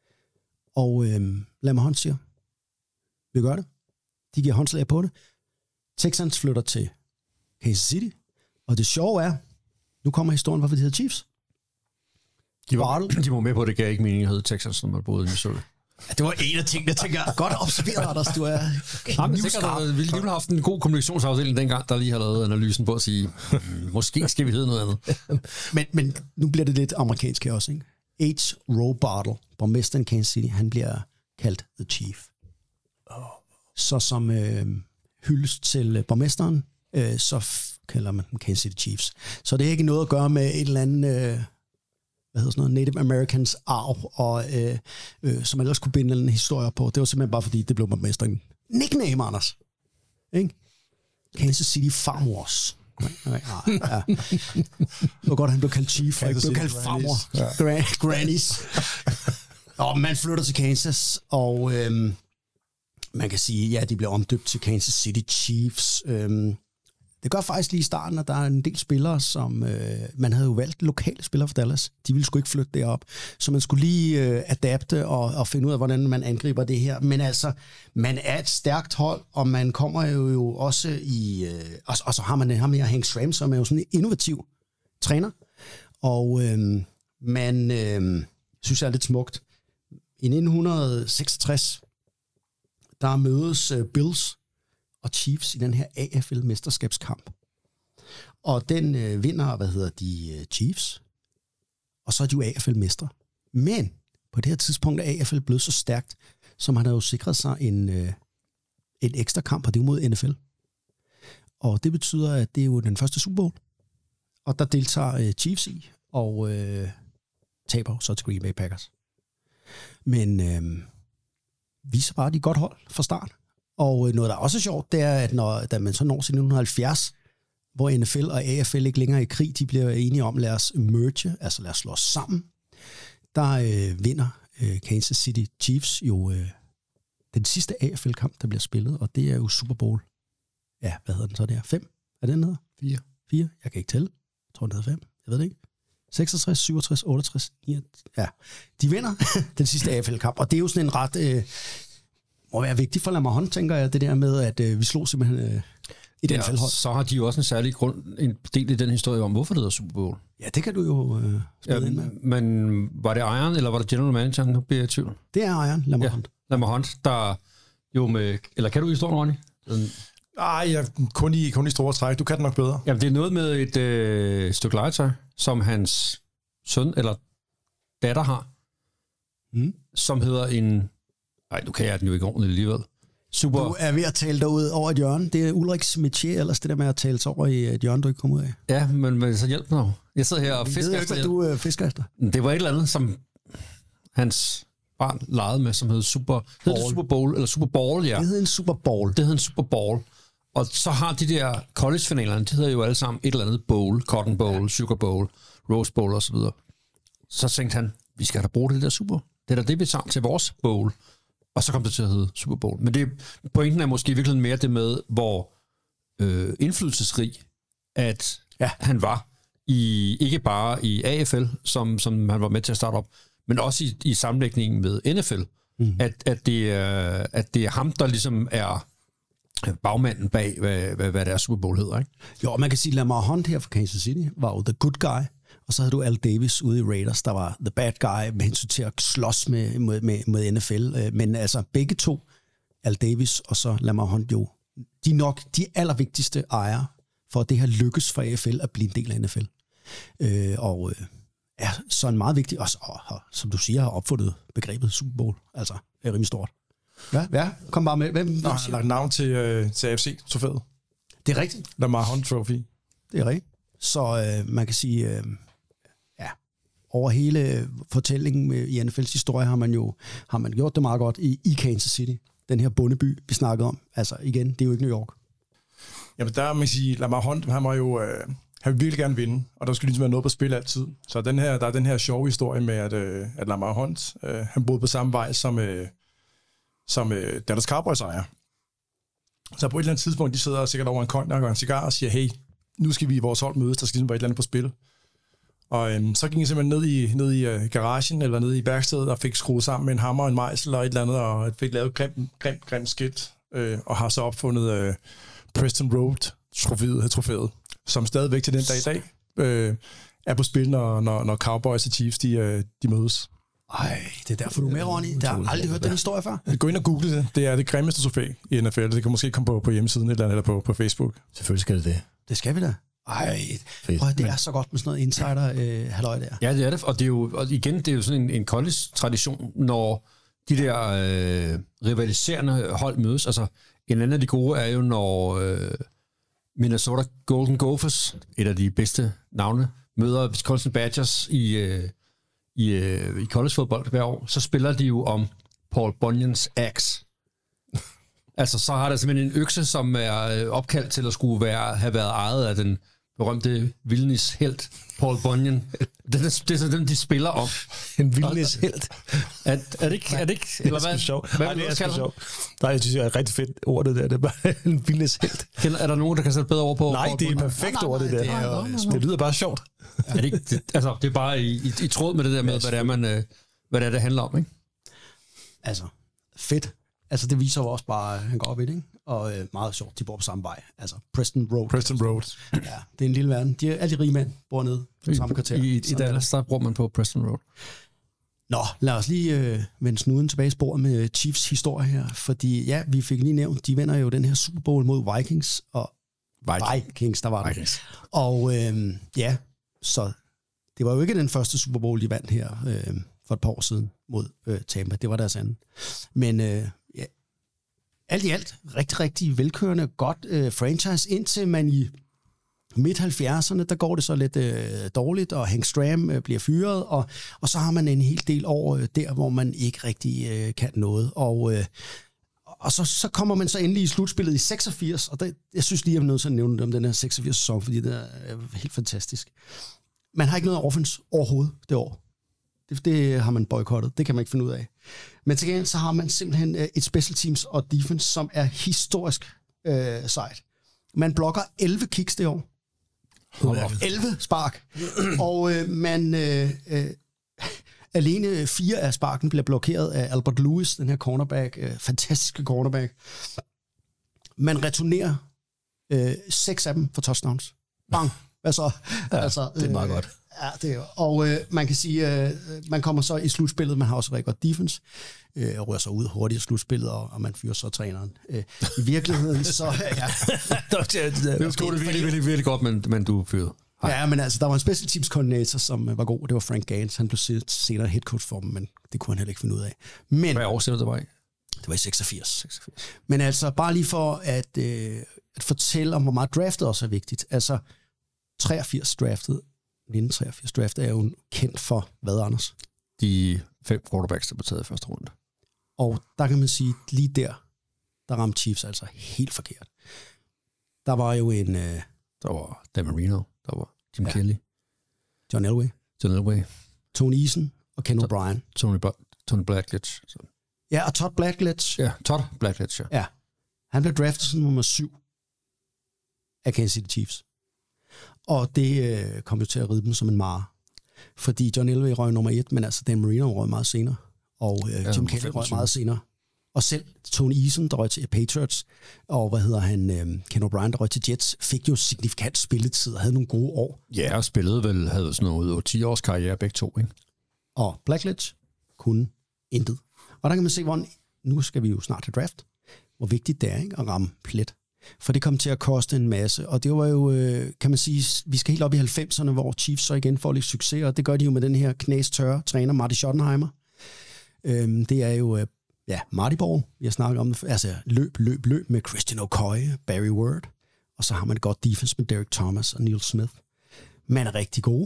Og Lamar Hunt siger, vi gør det. De giver håndslag på det. Texans flytter til Kansas City, og det sjove er, nu kommer historien, hvorfor det hedder Chiefs. De var med på, at det gav ikke mening at hedde Texans, når man boede i Missouri. Ja, det var en af tingene, jeg tænker, godt observeret, Anders, du er knivskarp. Vi ville have haft en god kommunikationsafdeling dengang, der lige har lavet analysen på at sige, måske skal vi hedde noget andet. men nu bliver det lidt amerikansk her også, ikke? H. Rowe Bartle, borgmesteren i Kansas City, han bliver kaldt The Chief. Så som hyldest til borgmesteren, så kalder man dem Kansas City Chiefs. Så det er ikke noget at gøre med et eller andet Native Americans arv, og som man ellers kunne binde en historie på. Det var simpelthen bare fordi, det blev borgmesteren. Nickname, Anders. Ikke? Kansas City Farmers. Ja. Det var godt, han blev kaldt Chief, og ikke blev kaldt Farmer. Grannies. Og man flytter til Kansas, og man kan sige, ja, de bliver omdøbt til Kansas City Chiefs. Det gør faktisk lige i starten, at der er en del spillere, som man havde jo valgt lokale spillere for Dallas. De ville sgu ikke flytte derop. Så man skulle lige adapte og finde ud af, hvordan man angriber det her. Men altså, man er et stærkt hold, og man kommer jo også i... og så har man ham her, Hank Stram, som er jo sådan en innovativ træner. Og man synes jeg er lidt smukt. I 1966, der mødes Bills og Chiefs i den her AFL-mesterskabskamp. Og den vinder, Chiefs. Og så er de jo AFL-mestre. Men på det her tidspunkt er AFL blevet så stærkt, så man har jo sikret sig en ekstra kamp, og det er jo mod NFL. Og det betyder, at det er jo den første Super Bowl. Og der deltager Chiefs i, og taber så til Green Bay Packers. Men viser bare, de godt hold fra start. Og noget, der er også sjovt, det er, at da man så når til 1970, hvor NFL og AFL ikke længere er i krig, de bliver enige om, lad os merge, altså lad os slå os sammen, der vinder Kansas City Chiefs jo den sidste AFL-kamp, der bliver spillet, og det er jo Super Bowl. Ja, hvad hedder den så der? 5? Er det den hedder? 4? Jeg kan ikke tælle. Jeg tror, den hedder 5. Jeg ved det ikke. 66, 67, 68, 69. Ja, de vinder den sidste AFL-kamp, og det er jo sådan en ret... må være vigtigt for Lamar Hunt, tænker jeg, det der med, at vi slog simpelthen i den faldhold. Så har de jo også en særlig en del i den historie om, hvorfor det hedder Super Bowl. Ja, det kan du jo spille ind med. Men var det ejeren, eller var det general manager? Nu bliver jeg i tvivl. Det er ejeren, Lamar Hunt. Lamar Hunt, der jo med... Eller kan du historien, Ronny? Kun i store træk. Du kan det nok bedre. Jamen, det er noget med et stykke legetøj, som hans søn eller datter har, som hedder en... Nej, nu kan jeg den jo ikke ordentligt alligevel. Super. Du er ved at tale dig ud over et hjørne. Det er Ulriks métier, ellers det der med at tale sig over i et hjørne, du ikke kommer ud af. Ja, men så hjælp mig. Jeg sidder her og fisker efter. Jeg ved ikke, hvad du fisker efter. Det var et eller andet, som hans barn legede med, som hed Super Bowl, eller Super Ball, ja. Det hed en Super Ball. Og så har de der college-finalerne, de hedder jo alle sammen et eller andet bowl, Cotton Bowl, Sugar Bowl, Rose Bowl osv. Så tænkte han, vi skal da bruge det der Super. Det er da det, vi tager til vores bowl. Og så kom det til at hedde Super Bowl. Men pointen er måske virkelig mere det med, hvor indflydelsesrig, at han var ikke bare i AFL, som han var med til at starte op, men også i sammenlægningen med NFL. At det er ham, der ligesom er bagmanden bag, hvad det er Super Bowl hedder, ikke? Jo, man kan sige, Lamar Hunt her fra Kansas City var jo the good guy, og så havde du Al Davis ude i Raiders, der var the bad guy med hensyn til at slås med NFL. Men altså begge to, Al Davis og så Lamar Hunt, jo, de er nok de allervigtigste ejere for, at det her lykkes for AFL at blive en del af NFL. Så en meget vigtig, og som du siger, har opfundet begrebet Super Bowl. Altså, det er rimelig stort. Ja, kom bare med. Hvem har lagt navn til AFC-trofæet? Det er rigtigt. Lamar Hunt Trophy. Det er rigtigt. Så man kan sige, over hele fortællingen i NFL's historie har man gjort det meget godt i Kansas City. Den her bondeby, vi snakkede om. Altså igen, det er jo ikke New York. Jamen der man sige, Lamar Hunt, han var jo... Han ville virkelig gerne vinde, og der skulle ligesom være noget på spil altid. Så der er den her sjove historie med, at Lamar Hunt, han boede på samme vej som Dallas Cowboys ejer. Så på et eller andet tidspunkt, de sidder sikkert over en cognac og en cigar og siger, hey, nu skal vi i vores hold mødes, der skal ligesom være et eller andet på spil. Og så gik jeg simpelthen ned i garagen, eller ned i værkstedet, og fik skruet sammen med en hammer og en mejsel og et eller andet, og fik lavet grimt skilt, og har så opfundet Preston Road trofæet, som stadigvæk til den dag i dag er på spil, når Cowboys og Chiefs de mødes. Ej, det er derfor, du er med, Ronny. Jeg har aldrig hørt den historie før. Gå ind og google det. Det er det grimmeste trofæ i NFL. Det kan måske komme på hjemmesiden eller på Facebook. Selvfølgelig skal det. Det skal vi da. Ej, det er så godt med sådan noget insider-halløj der. Ja, det er det. Og det er jo, og igen, det er jo sådan en college-tradition, når de der rivaliserende hold mødes. Altså, en anden af de gode er jo, når Minnesota Golden Gophers, et af de bedste navne, møder Wisconsin Badgers i college-fodbold hver år, så spiller de jo om Paul Bunyans axe. Altså, så har der simpelthen en økse, som er opkaldt til at skulle have været ejet af den berømte vildnis-helt, Paul Bunyan. Det er sådan dem, de spiller om. En vildnis-helt. Er det ikke? Eller hvad? Det er sjovt. Nej, det er sgu sjovt. Nej, jeg synes, det er et rigtig fedt ord, det der. Det er bare en vildnis-helt. Er der nogen, der kan sætte bedre over på? Nej, det er et perfekt ord, det der. Det lyder bare sjovt. Er det ikke? Det er bare i tråd med det der med, hvad det handler om, ikke? Altså, fedt. Altså, det viser jo også bare, at han går op i det, ikke? Og meget sjovt, de bor på samme vej. Altså, Preston Road. Ja, det er en lille verden. Alle de rige mænd bor nede på samme kvarter. I Dallas, der bruger man på Preston Road. Nå, lad os lige vende snuden tilbage i sporet med Chiefs historie her. Fordi ja, vi fik lige nævnt, de vinder jo den her Super Bowl mod Vikings. Og Vikings, der var det. Og så det var jo ikke den første Super Bowl, de vandt her for et par år siden mod Tampa. Det var deres anden. Men alt i alt rigtig, rigtig velkørende, godt franchise, indtil man i midt-70'erne, der går det så lidt dårligt, og Hank Stram bliver fyret, og så har man en hel del år der, hvor man ikke rigtig kan noget. Og så kommer man så endelig i slutspillet i 86, og jeg synes lige, jeg er nødt til at nævne om den her 86-sæson, fordi det er helt fantastisk. Man har ikke noget offense overhovedet det år. Det har man boykottet. Det kan man ikke finde ud af. Men til gengæld så har man simpelthen et special teams og defense, som er historisk sejt. Man blokker 11 kicks det år. 11 spark. Og man alene 4 af sparken bliver blokeret af Albert Lewis, den her cornerback, fantastiske cornerback. Man returnerer 6 af dem for touchdowns. Bang! Altså, det er meget godt. Ja, det er, og man kan sige, man kommer så i slutspillet, man har også rigtig godt defense, rører sig ud hurtigt i slutspillet, og man fyrer så træneren. I virkeligheden, så... Ja. Det skulle det virkelig, virkelig godt, men du fyrede. Ja, men altså, der var en special teams koordinator, som var god. Det var Frank Gans. Han blev senere head coach for dem, men det kunne han heller ikke finde ud af. Men, hvad år siden det var i? Det var i 86. Men altså, bare lige for at fortælle om, hvor meget draftet også er vigtigt. Altså, 1983 draftet er jo kendt for, hvad, Anders? De 5 quarterbacks, der blev taget i første runde. Og der kan man sige, lige der ramte Chiefs altså helt forkert. Der var jo en... Der var Dan Marino, der var Jim Kelly. John Elway. Tony Eason og Ken O'Brien. Tony Blackledge. Så. Ja, og Todd Blackledge. Ja, Todd Blackledge, ja. Han blev draftet som nummer 7 af Kansas City Chiefs. Og det kom jo til at ride dem som en mare. Fordi John Elway røg nummer 1, men altså Dan Marino røg meget senere. Og Jim Kelly røg meget senere. Og selv Tony Eason, der røg til Patriots, og Ken O'Brien, der røg til Jets, fik jo signifikant spilletid og havde nogle gode år. Ja, og spillede vel, havde sådan noget 10 års karriere begge to, ikke? Og Blackledge kunne intet. Og der kan man se, hvor nu skal vi jo snart til draft, hvor vigtigt det er, ikke, at ramme plet. For det kom til at koste en masse, og det var jo, kan man sige, vi skal helt op i 90'erne, hvor Chiefs så igen får lidt succes, og det gør de jo med den her knæstørre træner, Marty Schottenheimer. Det er jo... Marty Ball, vi har snakket om det, altså løb med Christian Okoye, Barry Word, og så har man et godt defense med Derek Thomas og Neil Smith. Man er rigtig gode,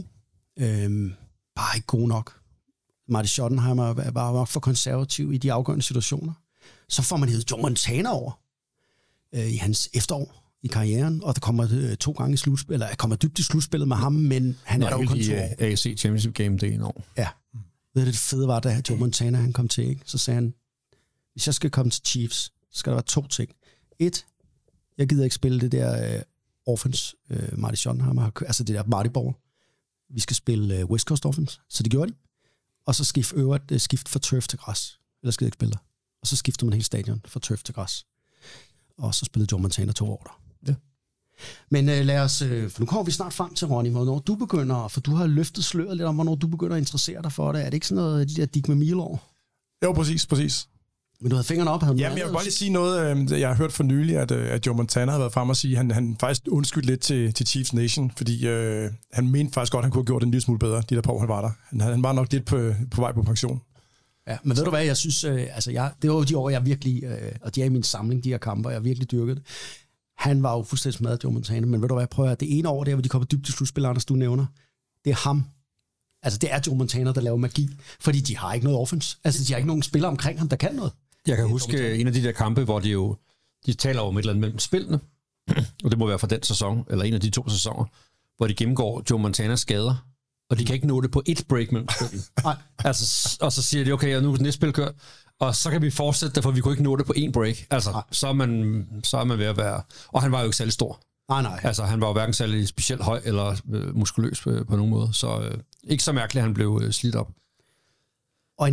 bare ikke gode nok. Marty Schottenheimer var nok for konservativ i de afgørende situationer. Så får man heddet Joe Montana over i hans efterår i karrieren, og der kommer 2 gange i slutspil, eller kommer dybt i slutspillet med ham, men han er jo kun 2 år. AFC Championship Game det ene år. Ja. Det fede var, da Joe Montana han kom til, ikke? Så sagde han, hvis jeg skal komme til Chiefs, så skal der være 2 ting. 1, jeg gider ikke spille det der offense, Marty Schottenheimer, altså det der Marty Ball. Vi skal spille West Coast offense, så det gjorde de. Og så skift fra turf til græs. Eller skal jeg ikke spille der. Og så skifter man hele stadion fra turf til græs. Og så spillede Joe Montana 2 år der. Ja. Men lad os, for nu kommer vi snart frem til, Ronny, hvornår du begynder, for du har løftet sløret lidt om, hvornår du begynder at interessere dig for det. Er det ikke sådan noget, de der Dick McMeal-år? Jo, præcis. Men du havde fingrene op. Jamen, jeg vil bare lige sige noget, jeg har hørt for nylig, at Joe Montana har været frem og sige, at han faktisk undskyldte lidt til Chiefs Nation, fordi han mente faktisk godt, at han kunne have gjort det en lille smule bedre, de der par år, han var der. Han var nok lidt på vej på pension. Ja, men ved du hvad, jeg synes, det var jo de år, jeg virkelig, og de er i min samling, de her kamper, jeg virkelig dyrkede det. Han var jo fuldstændig smadret, Joe Montana, men ved du hvad, prøv at det ene år, der hvor de kommer dybt til slutspil, Anders, du nævner, det er ham. Altså, det er Joe Montana, der laver magi, fordi de har ikke noget offense. Altså, de har ikke nogen spillere omkring ham, der kan noget. Jeg kan huske en af de der kampe, hvor de taler om et eller andet mellem spillene, og det må være fra den sæson, eller en af de 2 sæsoner, hvor de gennemgår Joe Montanas skader, og de kan ikke nå det på et break mellem spillene. Altså, og så siger de, okay, og nu er det næste spil kørt, og så kan vi fortsætte det, for vi kunne ikke nå det på 1 break. Altså, så er man ved at være... Og han var jo ikke særlig stor. Nej. Altså, han var jo hverken særlig specielt høj eller muskuløs på nogen måde, så ikke så mærkeligt, at han blev slidt op. Og i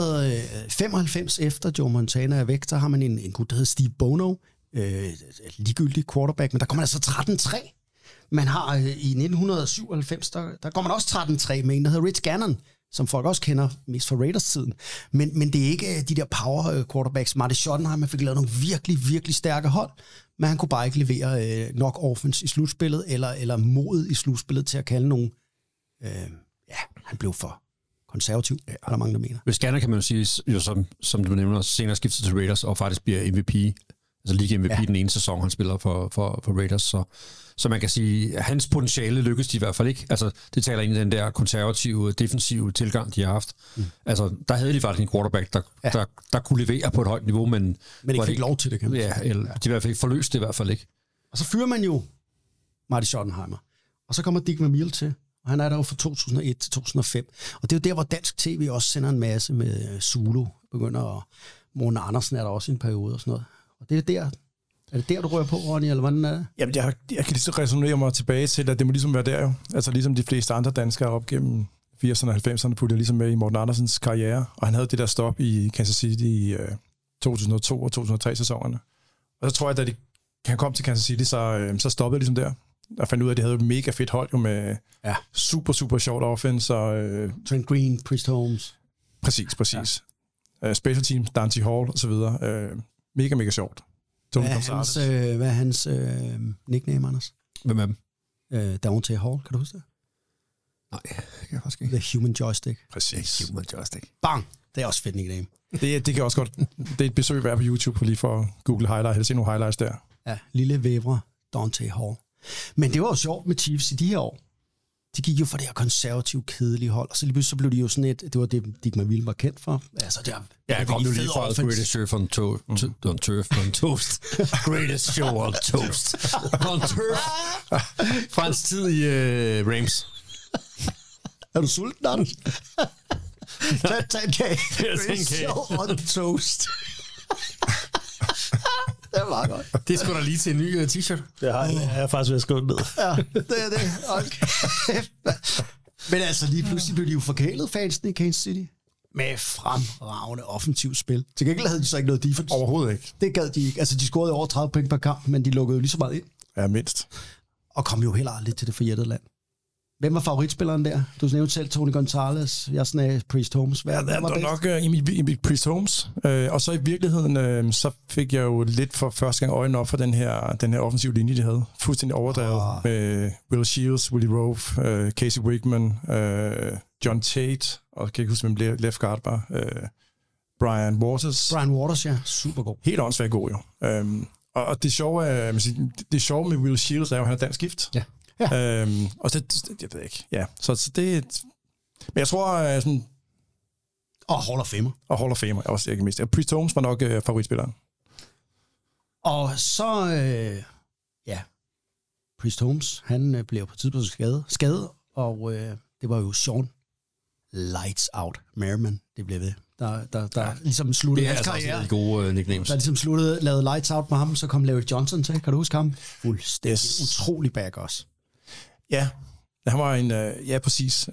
1995, efter Joe Montana er væk, så har man en gut, der hedder Steve Bono, ligegyldig quarterback, men der kommer altså 13-3. Man har i 1997, der går man også 13-3 med en, der hedder Rich Gannon, som folk også kender mest fra Raiders-tiden. Men det er ikke de der power quarterbacks. Marty Schottenheimer fik lavet nogle virkelig, virkelig stærke hold, men han kunne bare ikke levere nok offense i slutspillet, eller mod i slutspillet til at kalde nogen. Han blev for konservativ, er der mange, der mener. Hvis gerne kan man jo sige, jo, som du nævner, senere skifter til Raiders, og faktisk bliver MVP, altså lige MVP den ene sæson, han spiller for Raiders, så man kan sige, at hans potentiale lykkedes de i hvert fald ikke. Altså, det taler ind i den der konservative, defensive tilgang, de har haft. Altså, der havde de faktisk en quarterback, der kunne levere på et højt niveau, men ikke fik lov til det, kan man sige. Ja, eller de i hvert fald ikke forløste det i hvert fald ikke. Og så fyrer man jo Marty Schottenheimer, og så kommer Dick McMeal til, og han er der jo fra 2001 til 2005. Og det er jo der, hvor dansk tv også sender en masse med Zulu, begynder at... Morten Andersen er der også i en periode og sådan noget. Og det er der... Er det der, du rører på, Ronny, eller hvordan er det? Jamen, jeg kan lige så resonere mig tilbage til, at det må ligesom være der jo. Altså ligesom de fleste andre danskere op gennem 80'erne og 90'erne, puttede ligesom med i Morten Andersens karriere. Og han havde det der stop i Kansas City i 2002 og 2003 sæsonerne. Og så tror jeg, at da han kom til Kansas City, så stoppede det ligesom der. og fandt ud af, at de havde et mega fedt hold jo med super, super sjovt offense. Og, Trent Green, Priest Holmes. Præcis. Ja. Special teams, Dante Hall og så videre. Mega, mega sjovt. Hvad er hans nickname, Anders? Hvem er dem? Dante Hall, kan du huske det? Nej, det kan jeg faktisk ikke. The Human Joystick. Præcis. Human Joystick. Bang! Det er også fedt nickname. Det kan også godt. Det er et besøg værd på YouTube, lige for at google highlights, eller se nogle highlights der. Ja, lille vævre Dante Hall. Men det var jo sjovt med Chiefs i de her år. De gik jo for det her konservative, kedelige hold, og så lige pludselig så blev de jo sådan et, det var det, Dick McVille var kendt for. Altså, jeg kom jo lige fra Greatest Show on Toast. Greatest Show on Toast. On Turf. Fra hans tid i Rams. Er du sulten, Anders? Tag en kage. Greatest Show on Toast. Det var meget godt. Det skulle da lige til en ny t-shirt. Det har jeg faktisk været skålet ned. Ja, det er det. Okay. Men altså, lige pludselig blev de jo forkælet, fansene i Kansas City, med fremragende offensivt spil. Til gengæld havde de så ikke noget defense. Overhovedet ikke. Det gad de ikke. Altså, de scorede over 30 point per kamp, men de lukkede jo lige så meget ind. Ja, mindst. Og kom jo heller aldrig til det forjættede land. Hvem var favoritspilleren der? Du nævnte selv Tony Gonzalez. Jeg sådan Priest Holmes. Hvad var det? Nok Emmitt Priest Holmes. Og så i virkeligheden, så fik jeg jo lidt for første gang øjnene op for den her offensive linje, de havde. Fuldstændig overdrevet med Will Shields, Willie Rowe, Casey Wiggman, John Tate, og kan ikke huske, hvem blev left guard bare. Brian Waters, ja. Super god. Helt åndssvagt god, jo. Og det sjove med Will Shields er jo, at han er dansk gift. Ja. Ja. Og det jeg ved ikke. Ja, så det. Men jeg tror sådan. Hall of Famer. Også ikke mindst. Priest Holmes var nok favoritspilleren. Og så Priest Holmes, han blev på et tidspunkt skadet, og det var jo Sean Lights Out Merriman, det blev det. Der ligesom sluttede hans karriere. Det er gode nicknames. Der ligesom lavede Lights Out med ham, så kom Larry Johnson til. Kan du huske ham? Fuldstændig utrolig back også. Ja, han var en... ja, præcis.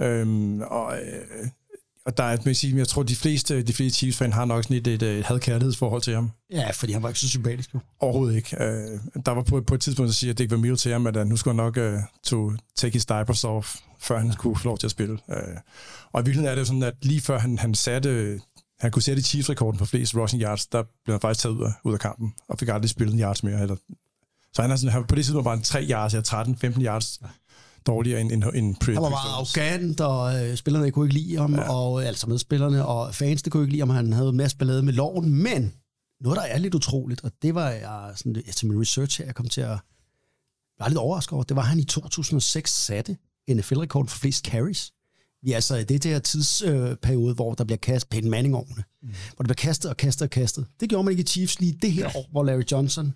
Og der er, jeg tror, de fleste Chiefs-fans har nok sådan et had-kærlighedsforhold til ham. Ja, fordi han var ikke så sympatisk. Jo. Overhovedet ikke. Der var på et tidspunkt, at sige, at det ikke var Meal til ham, at nu skulle han nok take his diapers off, før han kunne få lov til at spille. Og i virkeligheden er det jo sådan, at lige før han kunne sætte Chiefs-rekorden for flest rushing yards, der blev han faktisk taget ud af kampen, og fik aldrig spillet en yards mere. Så han er sådan, på det tidspunkt bare 3 yards, 13-15 yards dårligere end Han var meget arrogant, og spillerne kunne ikke lide ham, og altså medspillerne og fansene kunne ikke lide ham, han havde masser ballade med loven, men noget, der er lidt utroligt, og det var jeg sådan, til min research her, jeg kom til at være lidt overrasket over, det var, han i 2006 satte NFL-rekorden for flest carries. Vi er altså i det der tidsperiode, hvor der bliver kastet Peyton Manning-årene, hvor det bliver kastet. Det gjorde man ikke i Chiefs lige det her år, hvor Larry Johnson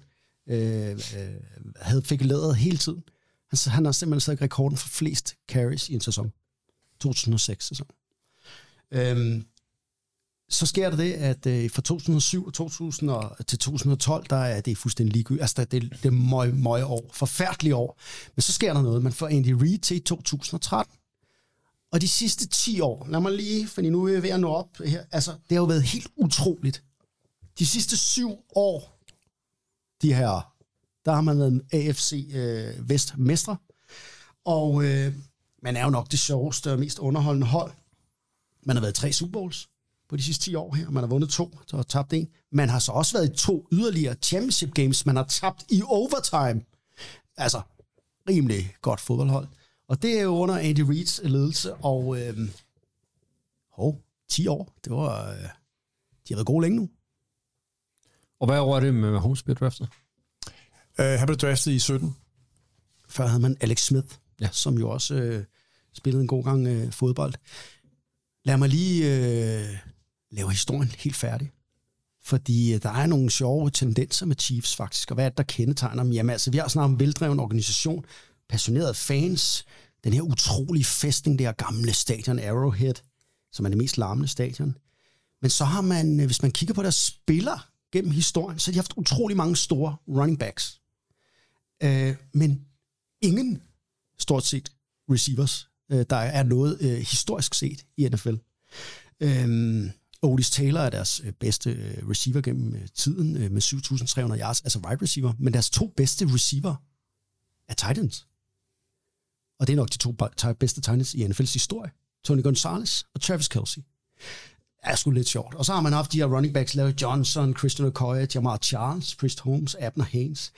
fik ladet hele tiden. Han har simpelthen sat rekorden for flest carries i en sæson. 2006-sæson. Så sker der det, at fra 2007 til 2012, der er det fuldstændig ligegyldigt. Altså, det er møg år. Forfærdelige år. Men så sker der noget. Man får Andy Reid til 2013. Og de sidste 10 år, lad mig lige, fordi nu er jeg ved at nå op her. Altså, det har jo været helt utroligt. De sidste 7 år, der har man været AFC Vest-mestre. Og man er jo nok det sjoveste og mest underholdende hold. Man har været i 3 Super Bowls på de sidste 10 år her. Man har vundet 2, så har tabt 1. Man har så også været i 2 yderligere championship games. Man har tabt i overtime. Altså, rimelig godt fodboldhold. Og det er jo under Andy Reids ledelse. Og 10 år. Det var, de har været gode længe nu. Og hvad år er det med Mahomes blev draftet? Han blev draftet i 17. Før havde man Alex Smith, som jo også spillede en god gang fodbold. Lad mig lige lave historien helt færdig. Fordi der er nogle sjove tendenser med Chiefs faktisk, og hvad er det, der kendetegner dem? Jamen altså, vi har snart en veldreven organisation, passionerede fans, den her utrolige fæstning, det her gamle stadion Arrowhead, som er det mest larmende stadion. Men så har man, hvis man kigger på deres spillere gennem historien, så har de haft utrolig mange store running backs. Men ingen, stort set, receivers, der er noget historisk set i NFL. Otis Taylor er deres bedste receiver gennem tiden med 7.300 yards, altså wide receiver, men deres 2 bedste receiver er tight ends. og det er nok de 2 bedste Titans i NFL's historie. Tony Gonzalez og Travis Kelce. Det er sgu lidt sjovt. Og så har man haft de her running backs, Larry Johnson, Christian Okoye, Jamar Charles, Priest Holmes, Abner Haynes.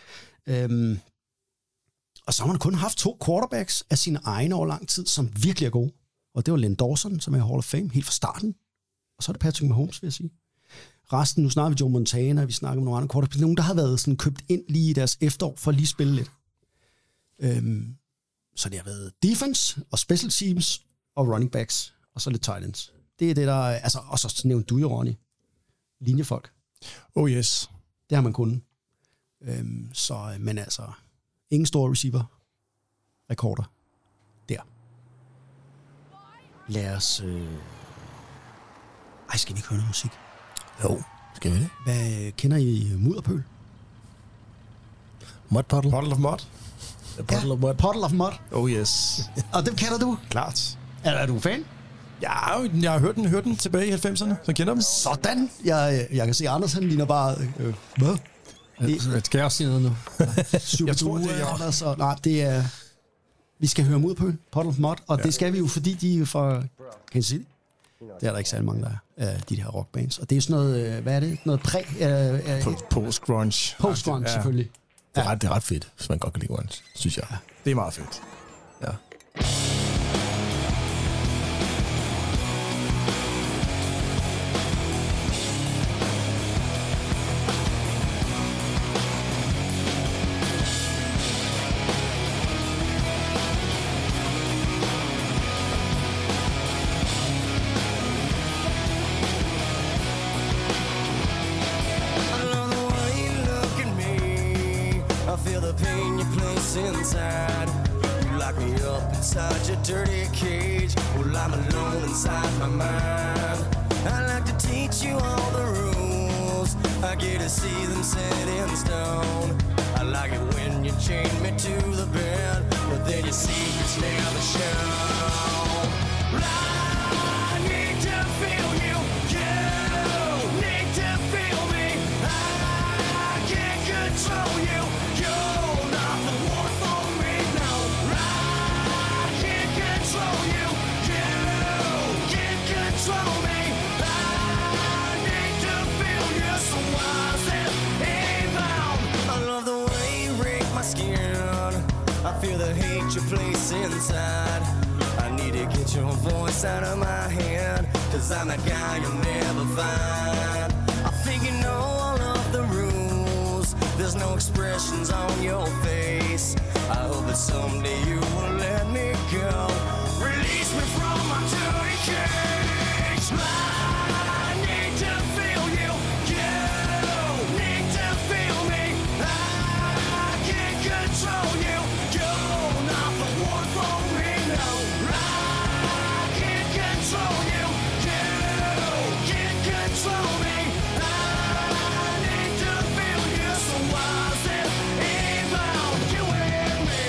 Og så har man kun haft 2 quarterbacks af sine egne over lang tid, som virkelig er gode. Og det var Len Dawson, som er Hall of Fame helt fra starten. Og så er det Patrick Mahomes, vil jeg sige. Resten, nu snakker vi Joe Montana, vi snakker om nogle andre quarterbacks. Nogen, der har været sådan købt ind lige i deres efterår, for at lige spille lidt. Så det har været defense og special teams og running backs, og så lidt tight ends. Det er det, der altså, og så nævnte du jo, Ronny. Linjefolk. Oh yes. Det har man kunnet. Men altså, ingen store receiver-rekorder der. Lad os... skal vi ikke høre noget musik? Jo, skal vi det? Hvad kender I Mudderpøl? Mud Puddle? Puddle of Mud. Puddle of Mud. Puddle of Mud. Oh yes. Og dem kender du? Klart. Er du fan? Ja, jeg har hørt den tilbage i 90'erne, så kender dem. Sådan. Jeg kan se, Anders, han ligner bare... hvad? Skal jeg også sige noget nu? Jeg tror, det er Anders. Nej, det er... Vi skal høre Mudderpøl, Puddle of Mud, og det skal vi jo, fordi de er fra Kansas City. Det er der ikke særlig mange, der er de her rockbands. Og det er sådan noget, hvad er det? Noget Post-grunge. Post-grunge, selvfølgelig. Det er ret fedt, hvis man godt kan lide grunge, synes jeg. Ja, det er meget fedt. Ja. Inside, you lock me up inside your dirty cage. Well, I'm alone inside my mind. I like to teach you all the rules. I get to see them set in stone. I like it when you chain me to the bed, but then your secrets never show. I need to feel you. You need to feel me. I can't control you. You're not the one for me, no. I can't control you. You can't control me. I need to feel you, so I said, hey, bound. I love the way you rake my skin. I feel the hate you place inside. I need to get your voice out of my head, 'cause I'm that guy you'll never find. I think you know all of the rules. There's no expressions on your face. I hope that someday you will let me go. Release me from my dirty cage. I need to feel you. You need to feel me. I can't control you. You're not the one for me, no. I can't control you. You can't control me. I need to feel you, so I said, hey, bound, you and me.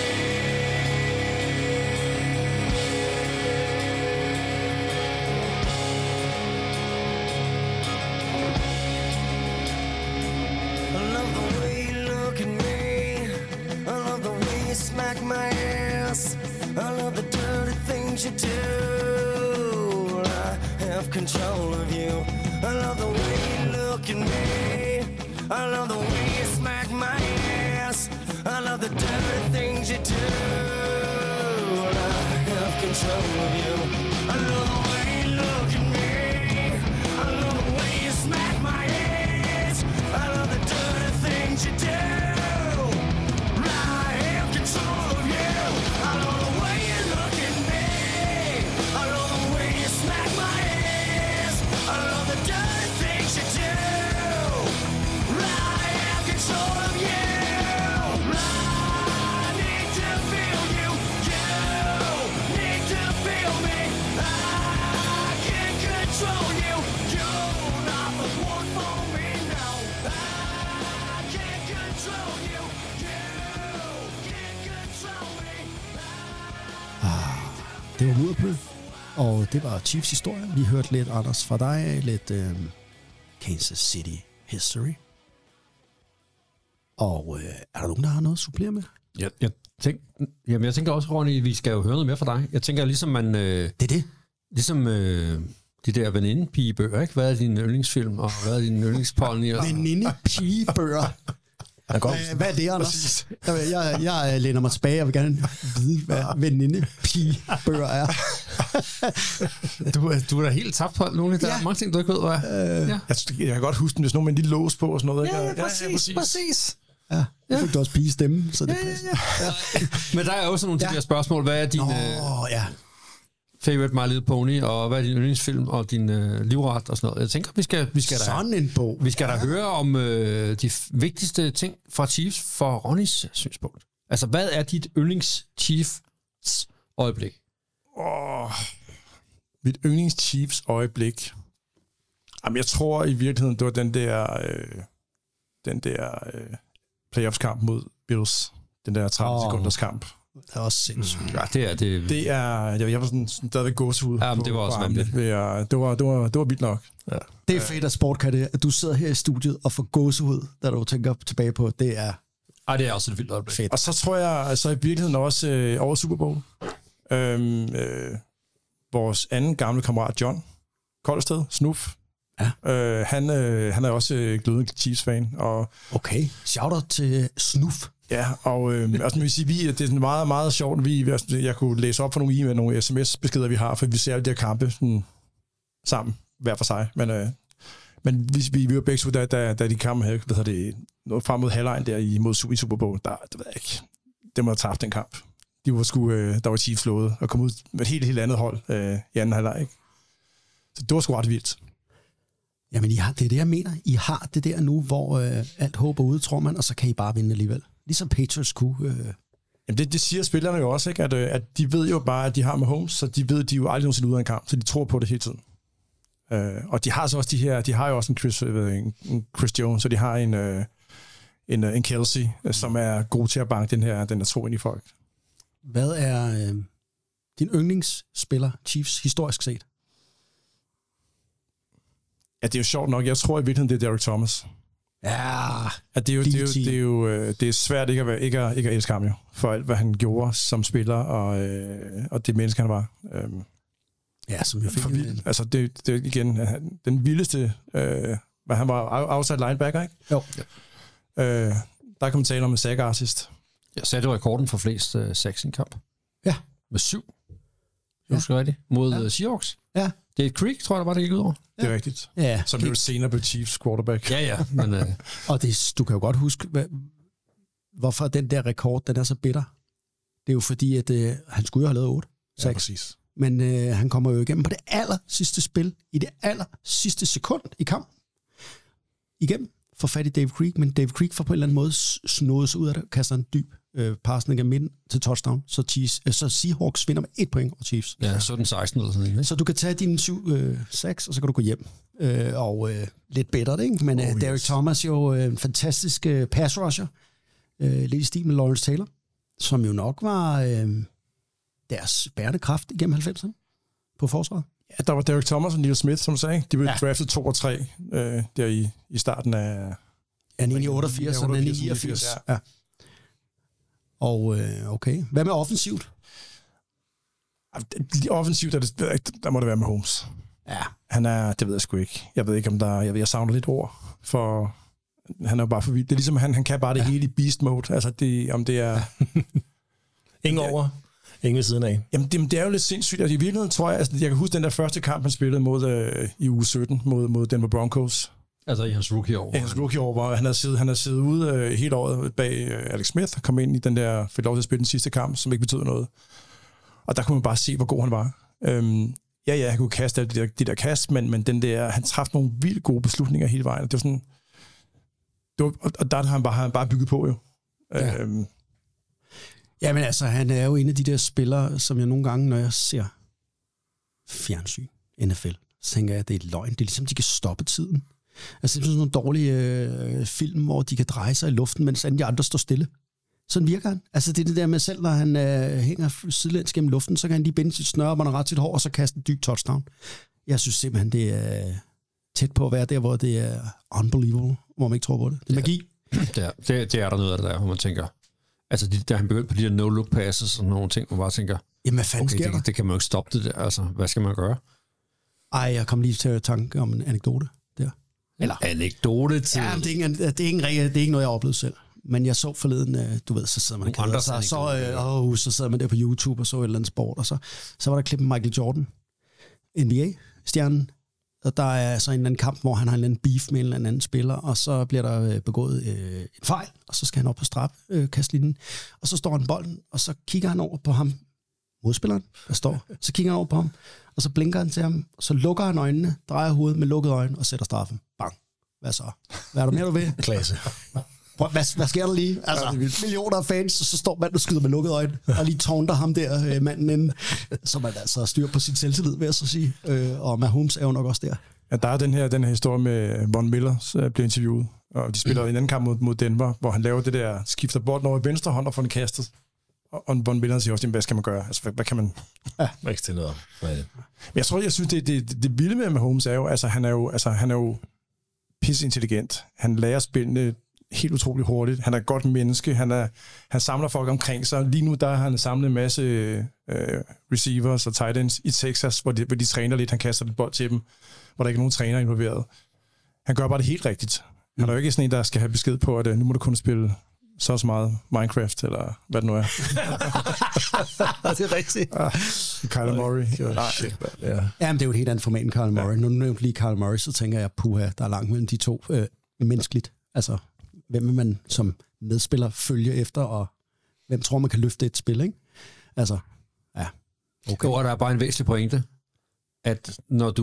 I love the way you look at me. I love the way you smack my ass. I love the dirty things you do. I have control of you. I love the way you look at me. I love the way you smack my ass. I love the dirty things you do. I have control of you. I love the way you look at me. I love the way you smack my ass. I love the dirty things you do. I have control of you. I love the way you look at me. I love the way you smack my ass. I love the dirty things you do. I have control of you. I need to feel you. You need to feel me. I can't control you. You're not the one for me, no. I can't control you. You can't control me. Det var Mudderpøl, og det var Chiefs historie. Vi hørte lidt, Anders, fra dig, lidt Kansas City history. Og er der nogen, der har noget at supplere med? Jeg tænker også, Ronny, vi skal jo høre noget mere fra dig. Jeg tænker, ligesom man... Det er det. Ligesom de der veninde-pigebøger, ikke? Hvad er din yndlingsfilm, og hvad er din yndlingspony? Veninde-pigebøger. Hvad er det, Anders? Jeg læner mig tilbage og vil gerne vide, hvad veninde-pigebøger er. Du er da helt tabt på nogle af der mange ting, du ikke ved, hvad Jeg kan godt huske, hvis nogen med en lille lås på og sådan noget. Ikke? Præcis. Ja, jeg fik du også pige stemme, så det ja. Men der er også nogle af de her spørgsmål. Hvad er din favorite My Little Pony, og hvad er din yndlingsfilm, og din livret og sådan noget? Jeg tænker, vi skal sådan en bog. Vi skal da høre om de vigtigste ting fra Chiefs for Ronnys synspunkt. Altså, hvad er dit yndlings-Chiefs øjeblik? Mit yndlings-Chiefs øjeblik? Jamen, jeg tror i virkeligheden, det var den der playoffs-kamp mod Bills. Den der 30 sekunders kamp. Det er også sindssygt. Ja, det er... Jeg var sådan stadigvæk gåsehud. Ja, men det var også vanvittigt. Det var vildt nok. Ja. Det er fedt, at sport kan det. At du sidder her i studiet og får gåsehud, da du tænker tilbage på, det er... Ej, det er også et vildt øjeblik. Fedt. Og så tror jeg så i virkeligheden også over Super Bowl. Vores anden gamle kammerat, John Koldsted, Snuf. Ja. Han er også glødende Chiefs-fan. Og okay, shout-out til Snuf. Ja, og også vil sige, det er sådan meget, meget sjovt. Jeg kunne læse op for nogle e-mail, nogle sms-beskeder, vi har, for vi ser de her kampe sådan, sammen, hver for sig. Men vi var begge så, da de kampe havde noget frem mod halvlejen der i Super Bowl, det ved jeg ikke. Det må have tabt den kamp. De var der var Chiefs flået og kom ud med et helt andet hold i anden halvleg. Ikke? Så det var sgu ret vildt. Jamen, det er det, jeg mener. I har det der nu, hvor alt håber ude, tror man, og så kan I bare vinde alligevel. Ligesom Patriots kunne. Jamen, det siger spillerne jo også, ikke? At de ved jo bare, at de har Mahomes, så de ved, de jo aldrig nogensinde ud af en kamp, så de tror på det hele tiden. Og de har så også de har jo også en Chris Jones, så de har en Kelsey, som er god til at banke den her tro ind i folk. Hvad er din yndlingsspiller, Chiefs, historisk set? Ja, det er jo sjovt nok. Jeg tror i virkeligheden, det er Derek Thomas. Ja, at det er svært ikke at elske ham jo, for alt, hvad han gjorde som spiller, og det menneske, han var. Ja, som jeg fik. Altså, det igen, den vildeste, hvad han var, outside linebacker, ikke? Jo. Der kan man tale om en sack assist. Jeg satte jo rekorden for flest sacks i en kamp. Ja. Med 7. Jeg husker rigtigt. Mod Seahawks. Ja. Det er Creek, tror jeg, der var det gik ud over. Det er rigtigt. Ja. Som jo senere blev Chiefs quarterback. Ja. Men, og du kan jo godt huske, hvorfor den der rekord, den er så bitter. Det er jo fordi, at han skulle jo have lavet 8. Ja, præcis. Men han kommer jo igennem på det aller sidste spil, i det aller sidste sekund i kampen. Igennem for fat i Dave Creek, men Dave Creek får på en eller anden måde snået sig ud af det, kaster en dyb pasning af midten til touchdown, så Seahawks vinder med 1 point over Chiefs. Ja, 17-16 eller sådan noget. Så du kan tage dine 7 sacks, og så kan du gå hjem. Lidt bedre, ikke? Men Derek Thomas jo en fantastisk pass rusher, lidt i stil med Lawrence Taylor, som jo nok var deres bærende kraft igennem 90'erne på forsvaret. Ja, der var Derek Thomas og Neil Smith, som du sagde. De blev draftet 2 og 3 der i starten af... Ja, 89 og 89. Ja. Og okay. Hvad med offensivt? Offensivt, der må det være med Holmes. Ja. Han er, det ved jeg sgu ikke. Jeg ved ikke, om jeg savner lidt ord, for han er jo bare for vildt. Det er ligesom, han kan bare det hele i beast mode. Altså, om det er... Ingen over. Ingen ved siden af. Jamen, det er jo lidt sindssygt. Altså, i virkeligheden tror jeg, jeg kan huske den der første kamp, han spillede mod i uge 17 mod Denver Broncos. Altså i hans rookie-år. Ja, hans rookie-år, hvor han har siddet ude hele året bag Alex Smith og kom ind i den der, fik lov til at spille den sidste kamp, som ikke betød noget. Og der kunne man bare se, hvor god han var. Han kunne kaste alle de der kast, men den der, han træffede nogle vildt gode beslutninger hele vejen. Det var sådan, og der har han bare bygget på jo. Ja. Jamen altså, han er jo en af de der spillere, som jeg nogle gange, når jeg ser fjernsyn, NFL, så tænker jeg, at det er løgn. Det er ligesom, de kan stoppe tiden. Altså, det er sådan nogle dårlige film, hvor de kan dreje sig i luften, mens de andre står stille. Sådan virker han. Altså, det er det der med selv, når han hænger sidelæns gennem luften, så kan han lige binde sit snøre, og ret sit hår, og så kaste en dyb touchdown. Jeg synes simpelthen, det er tæt på at være der, hvor det er unbelievable, hvor man ikke tror på det. Det er magi. Det er der noget af det der, hvor man tænker, Altså, da han begyndte på de der no-look passes og sådan nogle ting, man bare tænker, Jamen, hvad fanden sker der? Det kan man jo ikke stoppe det der. Altså, hvad skal man gøre? Ej, jeg kom lige til at tanke om en anekdote der. Eller? Anekdote til... Ja, det er ikke noget, jeg har oplevet selv. Men jeg så forleden, du ved, så sidder man så sidder man der på YouTube og så et eller andet sport, og så var der klippet Michael Jordan, NBA-stjernen, og der er så en eller anden kamp, hvor han har en eller anden beef med en eller anden spiller, og så bliver der begået en fejl, og så skal han op på kastlinjen, og så står han bolden, og så kigger han over på ham, modspilleren, der står, så kigger han over på ham, og så blinker han til ham, og så lukker han øjnene, drejer hovedet med lukkede øjne, og sætter straffen. Bang. Hvad så? Hvad er der mere, du ved? Klasse. Hvad sker der lige? Altså, millioner af fans, og så står manden og skyder med lukkede øjne, og lige taunter ham der, manden inden, så man altså styr på sin selvtillid, vil jeg så sige. Og Mahomes er jo nok også der. Ja, der er den her historie med Von Miller, bliver interviewet, og de spiller en anden kamp mod Denver, hvor han laver det der, skifter bolden over i venstre hånd og får den kastet. Og Von Miller siger også, hvad skal man gøre? Altså, hvad kan man... Ja, ikke til noget. Jeg synes, det vilde med Mahomes er jo, altså, han er jo pisseintelligent. Han lærer spillene helt utroligt hurtigt. Han er et godt menneske. Han samler folk omkring sig. Lige nu der har han samlet en masse receivers og tight ends i Texas, hvor de træner lidt. Han kaster lidt bold til dem, hvor der ikke er nogen træner involveret. Han gør bare det helt rigtigt. Han er jo ikke sådan en, der skal have besked på, at nu må du kun spille så meget Minecraft, eller hvad det nu er. Det er rigtigt. Kyler Murray. Ja, men det er jo et helt andet format end Kyler Murray. Når du nævnte lige Kyler Murray, så tænker jeg, puha, der er langt mellem de to menneskeligt. Altså, hvem vil man som medspiller følge efter, og hvem tror, man kan løfte et spil, ikke? Altså, ja. Okay. Jo, og der er bare en væsentlig pointe, at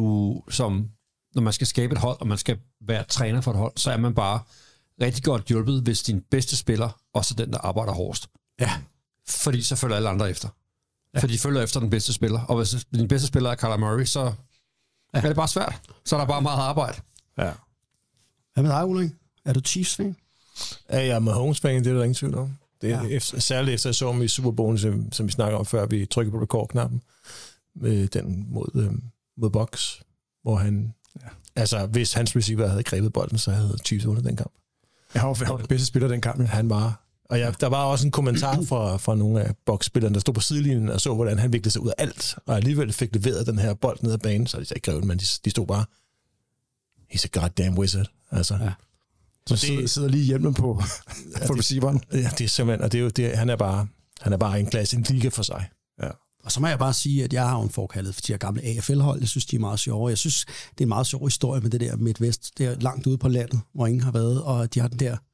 når man skal skabe et hold, og man skal være træner for et hold, så er man bare rigtig godt hjulpet, hvis din bedste spiller også er den, der arbejder hårdest. Ja. Fordi så følger alle andre efter. Ja. Fordi de følger efter den bedste spiller. Og hvis din bedste spiller er Kyler Murray, så er det bare svært. Så er der bare meget arbejde. Ja. Hvad med dig, Ulrik? Er du Chiefs-fan? Ja, jeg er Mahomes-fan, det er der ingen tvivl om. Det er særligt efter jeg så ham i Super Bowl, som vi snakker om før, vi trykker på record-knappen, med den mod Bucks, hvor han... Ja. Altså, hvis hans receiver havde grebet bolden, så havde Chiefs vundet den kamp. Jeg har jo den bedste spiller den kamp. Ja. Han var... Og der var også en kommentar fra nogle af Bucks-spillerne, der stod på sidelinjen og så, hvordan han viklede sig ud af alt, og alligevel fik leveret den her bold ned ad banen, så de ikke greb den, men de stod bare... He's a goddamn wizard. Altså... Ja. Så sidder lige hjemme på receiveren. Ja, det er simpelthen, og det er jo det, han er bare en klasse, en liga for sig. Ja. Og så må jeg bare sige, at jeg har en forkaldet for de her gamle AFL-hold. Jeg synes, de er meget sjove. Jeg synes, det er en meget sjov historie med det der Midwest. Det er langt ude på landet, hvor ingen har været, og de har den der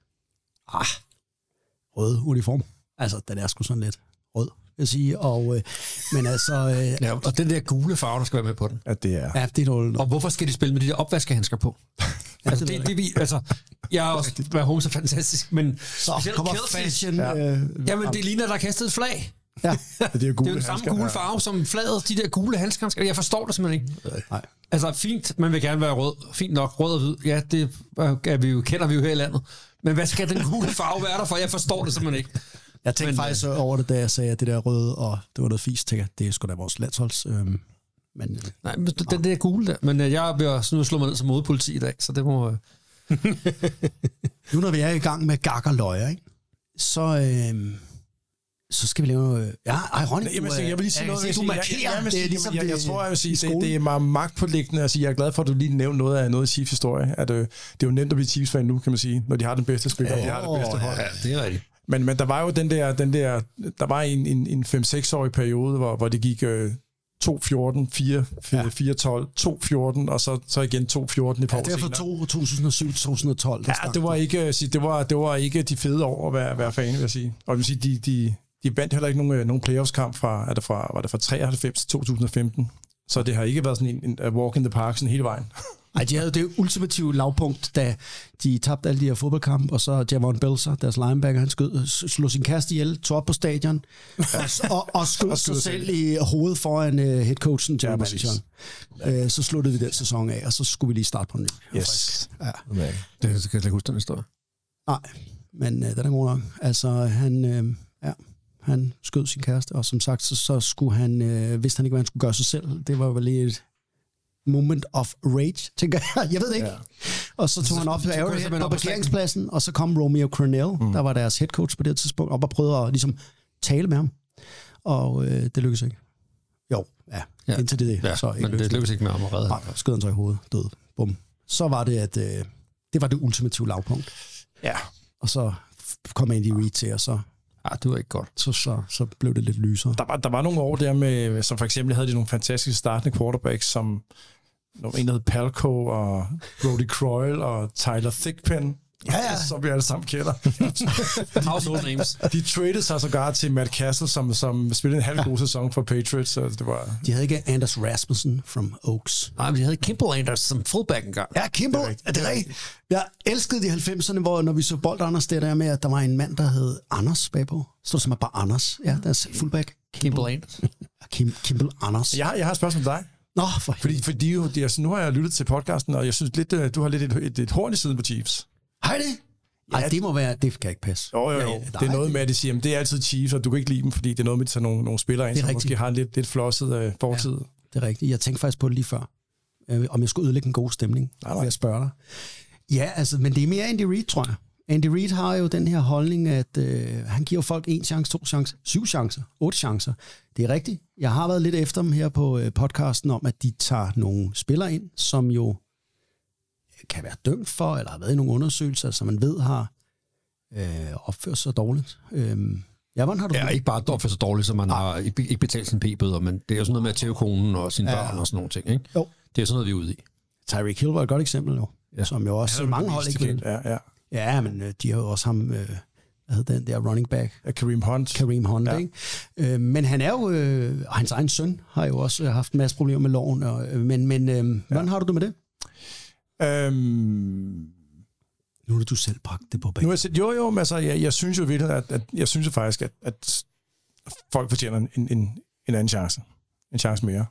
røde uniform. Altså, den er sgu sådan lidt rød, vil jeg sige. Og, men altså... ja, og den der gule farve, der skal være med på den. Ja, det er... Ja, det er noget. Og hvorfor skal de spille med de der opvaskehandsker på? Altså, jeg er også, Mahomes er fantastisk, men... Så kommer fashion... Jamen, det ligner, der er kastet et flag. Ja. Det er jo den samme gule farve som flaget, de der gule handsker. Jeg forstår det simpelthen ikke. Nej. Altså, fint, man vil gerne være rød. Fint nok, rød og hvid. Ja, det kender vi jo her i landet. Men hvad skal den gule farve være der for? Jeg forstår det simpelthen ikke. Jeg tænkte faktisk over det, da jeg sagde, at det der røde, og det var noget fisk, tænker det er sgu da vores landsholds... Men, nej, men den der gule der. Men jeg bliver sådan slået mig ned som modpoliti i dag, så det må... Nu når vi er i gang med gak og løjer, ikke? Så skal vi lave... Ronny, jeg vil lige sige noget. Du markerer. Jeg tror, jeg vil sige, det er meget magtpåliggende. Altså, jeg er glad for, at du lige nævnte noget af Chiefs historie. At, det er jo nemt at blive Chiefs-fan nu, kan man sige, når de har den bedste spiller, og de har det bedste hold. Ja, det er rigtigt. Men der var jo der var en 5-6-årig periode, hvor det gik 2-14, 4-12, 2-14, og så igen 2-14 i par år senere. Det er fra 2007-2012. Det var ikke de fede år at være fan, vil jeg sige. Og vil sige, de vandt heller ikke nogen playoffs-kamp var det fra 93 til 2015. Så det har ikke været sådan en walk in the park sådan hele vejen. Ej, de havde det ultimative lavpunkt, da de tabte alle de her fodboldkampe, og så Javon Belzer, deres linebacker, han slog sin kæreste ihjel, tog op på stadion, og skød sig selv i hovedet foran headcoachen, Jerry Mansion. Så sluttede vi den sæson af, og så skulle vi lige starte på en ny. Yes. Ja. Det kan jeg ikke huske den historie. Nej, men den er god nok. Altså, han skød sin kæreste, og som sagt, så skulle han, vidste han ikke, hvad han skulle gøre sig selv. Det var vel lige et moment of rage, tænker jeg. Jeg ved det ikke. Ja. Og så tog han op til Arrowhead på parkeringspladsen, og så kom Romeo Crennel, der var deres head coach på det tidspunkt, op og prøvede at ligesom tale med ham. Og det lykkedes ikke. Jo, ja. Indtil det så ikke men det lykkedes ikke med ham at redde. Nej, skød han så i hovedet, død. Bum. Så var det, at det var det ultimative lavpunkt. Ja. Og så kom Andy Reid til, og så... Ja, det var ikke godt. Så blev det lidt lysere. Der var nogle år der med, som for eksempel havde de nogle fantastiske startende quarterbacks, som en, der hed Palco og Brody Croyle og Tyler Thigpen. Ja. Som vi alle sammen kender. Household names. De traded sig sågar til Matt Castle, som spillede en halv god sæson for Patriots. Så det var... De havde ikke Anders Rasmussen from Oaks. Nej, men de havde Kimball Anders som fullback engang. Ja, Kimball, er det rigtigt? Jeg elskede de 90'erne, hvor når vi så bold Anders, det der med, at der var en mand, der hed Anders bagpå. Stod som bare Anders. Ja, deres fullback. Kimball Anders. Kimball Anders. Jeg har et spørgsmål til dig. Nå, for fordi altså, nu har jeg lyttet til podcasten, og jeg synes lidt, du har lidt et horn i siden på Chiefs. Hej det? Ej, det må være, det kan ikke passe. Jo. Det er noget med, at de siger, at det er altid Chiefs, og du kan ikke lide dem, fordi det er noget med at tage nogle spillere ind, som måske har en lidt flosset fortid. Ja, det er rigtigt. Jeg tænkte faktisk på det lige før. Om jeg skulle ødelægge en god stemning, vil jeg spørge dig. Ja, altså, men det er mere Andy Reid, tror jeg. Andy Reid har jo den her holdning, at han giver folk 1 chance, 2 chancer, 7 chancer, 8 chancer. Det er rigtigt. Jeg har været lidt efter dem her på podcasten om, at de tager nogle spillere ind, som jo kan være dømt for, eller har været i nogle undersøgelser, som man ved har opført sig dårligt. Hvordan har du det? Ikke bare opført sig dårligt, så man har ikke betalt sin p-bøder, men det er jo sådan noget med at tæve konen og sine børn og sådan nogle ting. Ikke? Jo. Det er sådan noget, vi er ude i. Tyreek Hill var et godt eksempel jo, som jo også mange hold ikke vil. Ja, men de har jo også ham, hvad hed den der running back? Kareem Hunt. Ja. Ikke? Men han er jo, hans egen søn har jo også haft en masse problemer med loven. Men hvordan har du det med det? Nu har du selv bragt det på banen. Jo, men altså, jeg synes jo virkelig, at jeg synes jo faktisk, at folk fortjener en anden chance. En chance mere.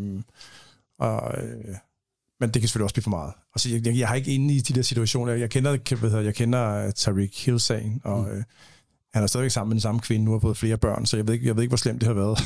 Men det kan selvfølgelig også blive for meget. Altså, jeg har ikke inde i de der situationer. Jeg kender Tyreek Hill-sagen, og han er stadigvæk sammen med den samme kvinde, nu har fået flere børn, så jeg ved ikke hvor slemt det har været.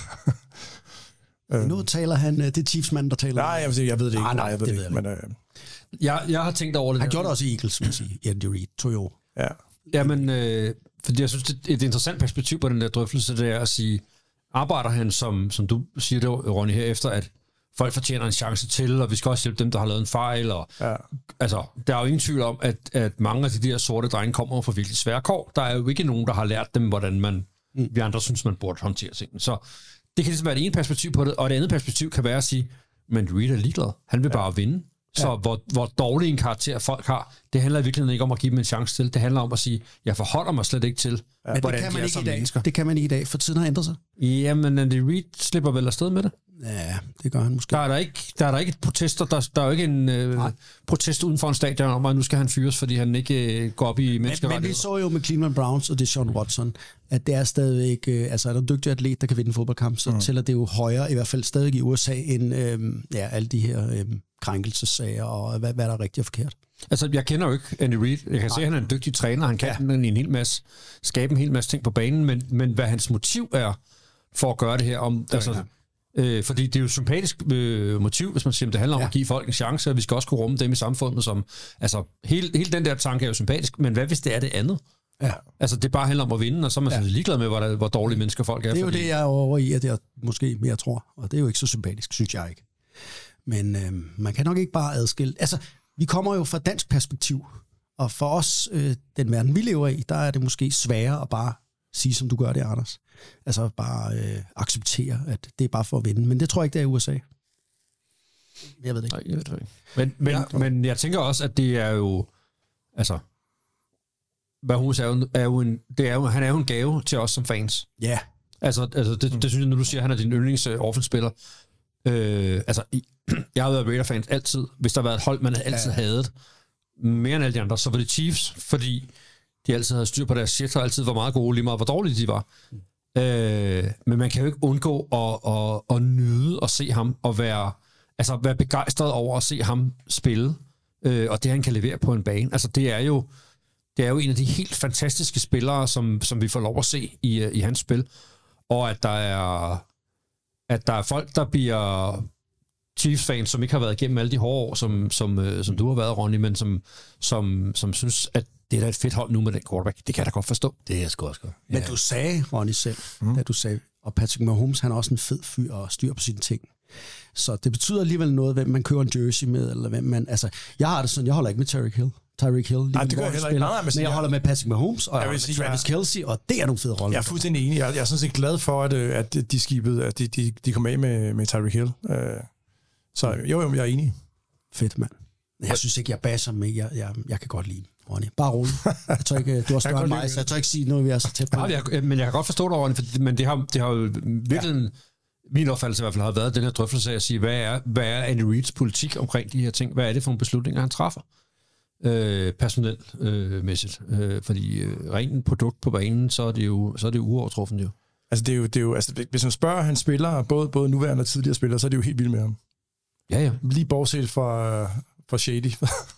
Nu taler han, det er Chiefs-manden, der taler. Nej, jeg ved det ikke. Nej, jeg ved det ikke. Men, jeg har tænkt over det. Han gjorde det også i Eagles, vil sige. Andy Reid, 2 år. Ja. Jamen, fordi jeg synes, det er et interessant perspektiv på den der drøftelse, det er at sige, arbejder han, som du siger det, Ronny, her efter, at folk fortjener en chance til, og vi skal også hjælpe dem, der har lavet en fejl. Og, altså, der er jo ingen tvivl om, at mange af de der sorte drenge kommer fra virkelig svære kår. Der er jo ikke nogen, der har lært dem, hvordan vi andre synes, man burde håndtere tingene. Så det kan ligesom være det ene perspektiv på det, og det andet perspektiv kan være at sige, men Reid er ligeglad. Han vil bare vinde. Så hvor dårlig en karakter folk har, det handler i virkeligheden ikke om at give dem en chance til. Det handler om at sige, jeg forholder mig slet ikke til, hvordan de er som mennesker. Det kan man ikke i dag, for tiden har ændret sig. Jamen, Andy Reid slipper vel afsted med det? Ja, det gør han måske. Der er der ikke et protester, der er jo ikke en protest uden for en stadion om, at nu skal han fyres, fordi han ikke går op i menneskerettigheder. Men vi så jo med Cleveland Browns og Deshaun Watson, at det er stadigvæk, altså er der en dygtig atlet, der kan vinde en fodboldkamp, så tæller det jo højere, i hvert fald stadig i USA, end alle de her krænkelsesager, og hvad der er rigtigt og forkert. Altså, jeg kender jo ikke Andy Reid. Jeg kan se, at han er en dygtig træner. Han kan en hel masse, skabe en hel masse ting på banen, men hvad hans motiv er for at gøre det her, fordi det er jo et sympatisk motiv, hvis man siger, at det handler om at give folk en chance, og vi skal også kunne rumme dem i samfundet, som, altså, hele den der tanke er jo sympatisk, men hvad hvis det er det andet? Ja. Altså, det bare handler om at vinde, og så er man ligeglad med, hvor dårlige mennesker folk er. Det er jo det, jeg er over i, at jeg måske mere tror, og det er jo ikke så sympatisk, synes jeg ikke. Men man kan nok ikke bare adskille. Altså, vi kommer jo fra dansk perspektiv, og for os, den verden, vi lever i, der er det måske sværere at bare sige, som du gør det, Anders. Altså bare acceptere, at det er bare for at vinde. Men det tror jeg ikke, det er i USA. Jeg ved det ikke. Nej, jeg ved det ikke. Men jeg tænker også, at det er jo, altså, Mahomes han er jo en gave til os som fans. Ja. Yeah. Altså det synes jeg, når du siger, at han er din yndlings offenspiller. Jeg har været Raider-fan altid. Hvis der har været et hold, man altid hadet mere end alle de andre, så var det Chiefs, fordi de altid havde styr på deres shit, og altid var meget gode, lige meget hvor dårlige de var. Men man kan jo ikke undgå at nyde at se ham, og være begejstret over at se ham spille, og det han kan levere på en bane. Altså det er jo en af de helt fantastiske spillere, som vi får lov at se i hans spil, og at der er folk, der bliver Chiefs-fans, som ikke har været igennem alle de hårde år, som du har været, Ronny, men som synes, at det er da et fedt hold nu med den quarterback. Det kan jeg da godt forstå. Det er jeg sgu også godt. Men du sagde, Ronny selv, da du sagde, og Patrick Mahomes, han er også en fed fyr og styr på sine ting. Så det betyder alligevel noget, hvem man køber en jersey med, eller hvem man... Altså, jeg har det sådan, jeg holder ikke med Tyreek Hill. Nej, det gør jeg heller ikke. Men jeg holder med Patrick Mahomes, og jeg holder med Travis Kelce, og det er nogle fede roller. Jeg er fuldstændig enig. Jeg er sådan set glad for, at de skibede, at de kom af med Tyreek Hill. Så jo, jeg er enig. Fedt, mand. Jeg synes ikke, jeg basher med. Jeg kan godt lide Ronny. Bare rolig. Jeg tror ikke, du har større end mig, så jeg tror ikke sige noget, vi er så tæt på. Nej, men jeg kan godt forstå det, Ronny, men det har jo virkelig... Min opfattelse i hvert fald har været den her drøftelse af at sige, hvad er Andy Reids politik omkring de her ting? Hvad er det for nogle beslutninger, han træffer? Personelmæssigt. Fordi rent produkt på banen, så er det jo uovertruffen jo. Altså, det er jo altså, hvis man spørger hans spillere, både nuværende og tidligere spillere, så er det jo helt vildt med ham. Ja. Lige bortset fra Shady.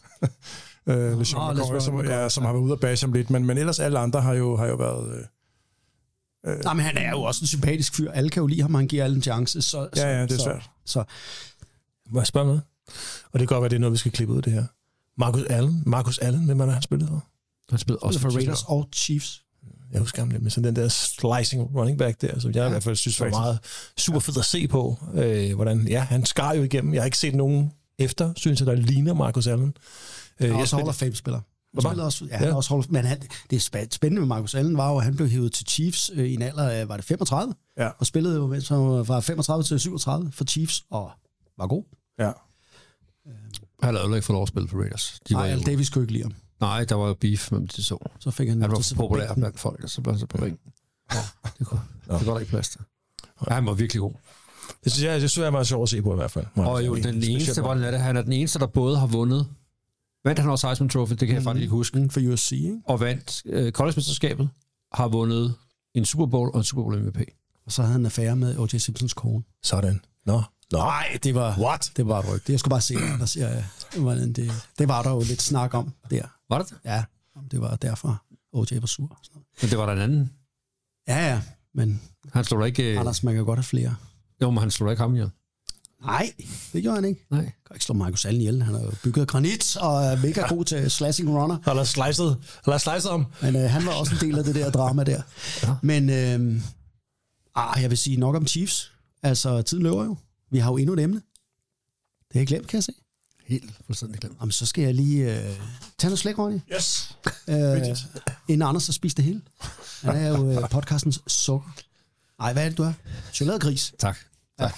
Som har været ude at bashe ham lidt. Men ellers alle andre har jo været... Nej, men han er jo også en sympatisk fyr. Alle kan jo lide ham, han giver alle en chance. Ja, det er svært. Så. Må jeg spørge noget? Og det kan godt være, det er noget, vi skal klippe ud af det her. Marcus Allen, hvem er der, han spillede for? Han spillede også for Raiders og Chiefs. Jeg husker ham lidt med sådan den der slicing running back der, som jeg i hvert fald synes var meget super fedt at se på. Hvordan, han skar jo igennem. Jeg har ikke set nogen efter, synes jeg, der ligner Marcus Allen. Jeg også Hall of Fame-spiller. Men det er spændende med Marcus Allen var jo, at han blev hævet til Chiefs i en alder af, var det 35? Ja. Og spillede jo fra 35 til 37 for Chiefs, og var god. Ja. Han havde jo ikke fået lov at spille for Raiders. Nej, Davis kunne ikke lide ham. Nej, der var jo beef mellem de så. Så fik han var populær blandt folk, og så blev han så på ring. Det var der ikke plads til. Ja, han var virkelig god. Det synes jeg var sjovt at se på i hvert fald. Og jo, den eneste, han er den eneste, der både har vundet. Vandt han også Heisman Trophy, det kan jeg faktisk ikke huske. For USC, ikke? Og vandt college-mesterskabet, har vundet en Super Bowl og en Super Bowl MVP. Og så havde han en affære med O.J. Simpsons kone. Sådan. Nå. Nej, det var... What? Det var det ikke. Jeg skulle bare se, der siger, hvordan det var der jo lidt snak om der. Var det? Ja, det var derfor O.J. var sur. Men det var der en anden? Ja, men... Han slog da ikke... Anders, man kan godt have flere. Jo, men han slog da ikke ham ihjel. Nej, det gjorde han ikke. Nej. Jeg kan ikke slå Marcus Allen ihjel. Han har jo bygget granit og er mega god til slashing runner. Han har slicet ham. Men han var også en del af det der drama der. Ja. Men jeg vil sige nok om Chiefs. Altså, tiden løber jo. Vi har jo endnu et emne. Det har jeg glemt, kan jeg se. Helt fuldstændig glemt. Jamen, så skal jeg lige tage noget slik, Ronny. Yes. Inden Anders har spist det hele. Han er jo podcastens sukker. Ej, hvad er det, du er? Chokoladegris. Tak. Ja.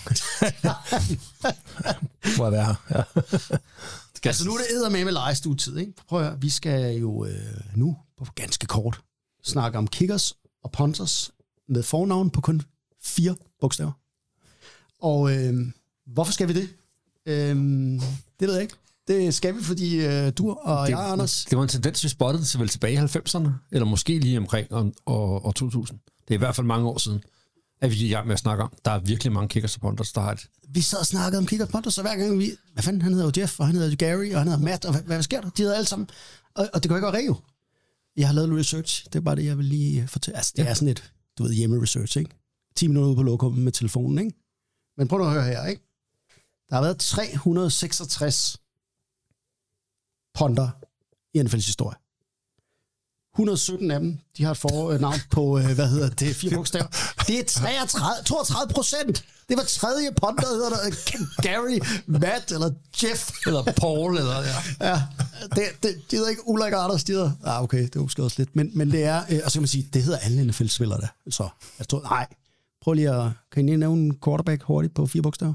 Må jeg være her. Ja. Altså, nu er det eddermame lejestuetid, ikke? Prøv at høre, vi skal jo nu på ganske kort snakke om kickers og punters med fornavn på kun 4 bogstaver. Og hvorfor skal vi det? Det ved jeg ikke. Det skal vi, fordi du og jeg, Anders... Det var en tendens, vi spottede til vel tilbage i 90'erne, eller måske lige omkring år 2000. Det er i hvert fald mange år siden, at vi gik i gang med at snakke om. Der er virkelig mange kickers og punters, der har et... Vi sad og snakkede om kickers og punters, så hver gang vi... Hvad fanden, han hedder jo Jeff, og han hedder jo Gary, og han hedder Matt, og hvad sker der? De hedder alle sammen. Og det kan ikke være jo. Jeg har lavet research. Det er bare det, jeg vil lige fortælle. Altså, det er sådan et, du ved, hjemme-research, ikke? 10 minutter ude på lokummet med telefonen, ikke? Men prøv at høre her, ikke? Der har været 366 punter i NFL's historie. 117 af dem, de har et fornavn på, 4 bogstaver. Det er 32%. Det var tredje punter, der hedder der Gary, Matt, eller Jeff. Eller Paul, eller... Ja, de hedder ikke Ulrik og Anders, de hedder... okay, det er måske også lidt. Men det er... og så kan man sige, det hedder alle NFL-spillere der. Så jeg tror, nej. Prøv lige at... Kan I lige nævne en quarterback hurtigt på 4 bogstaver?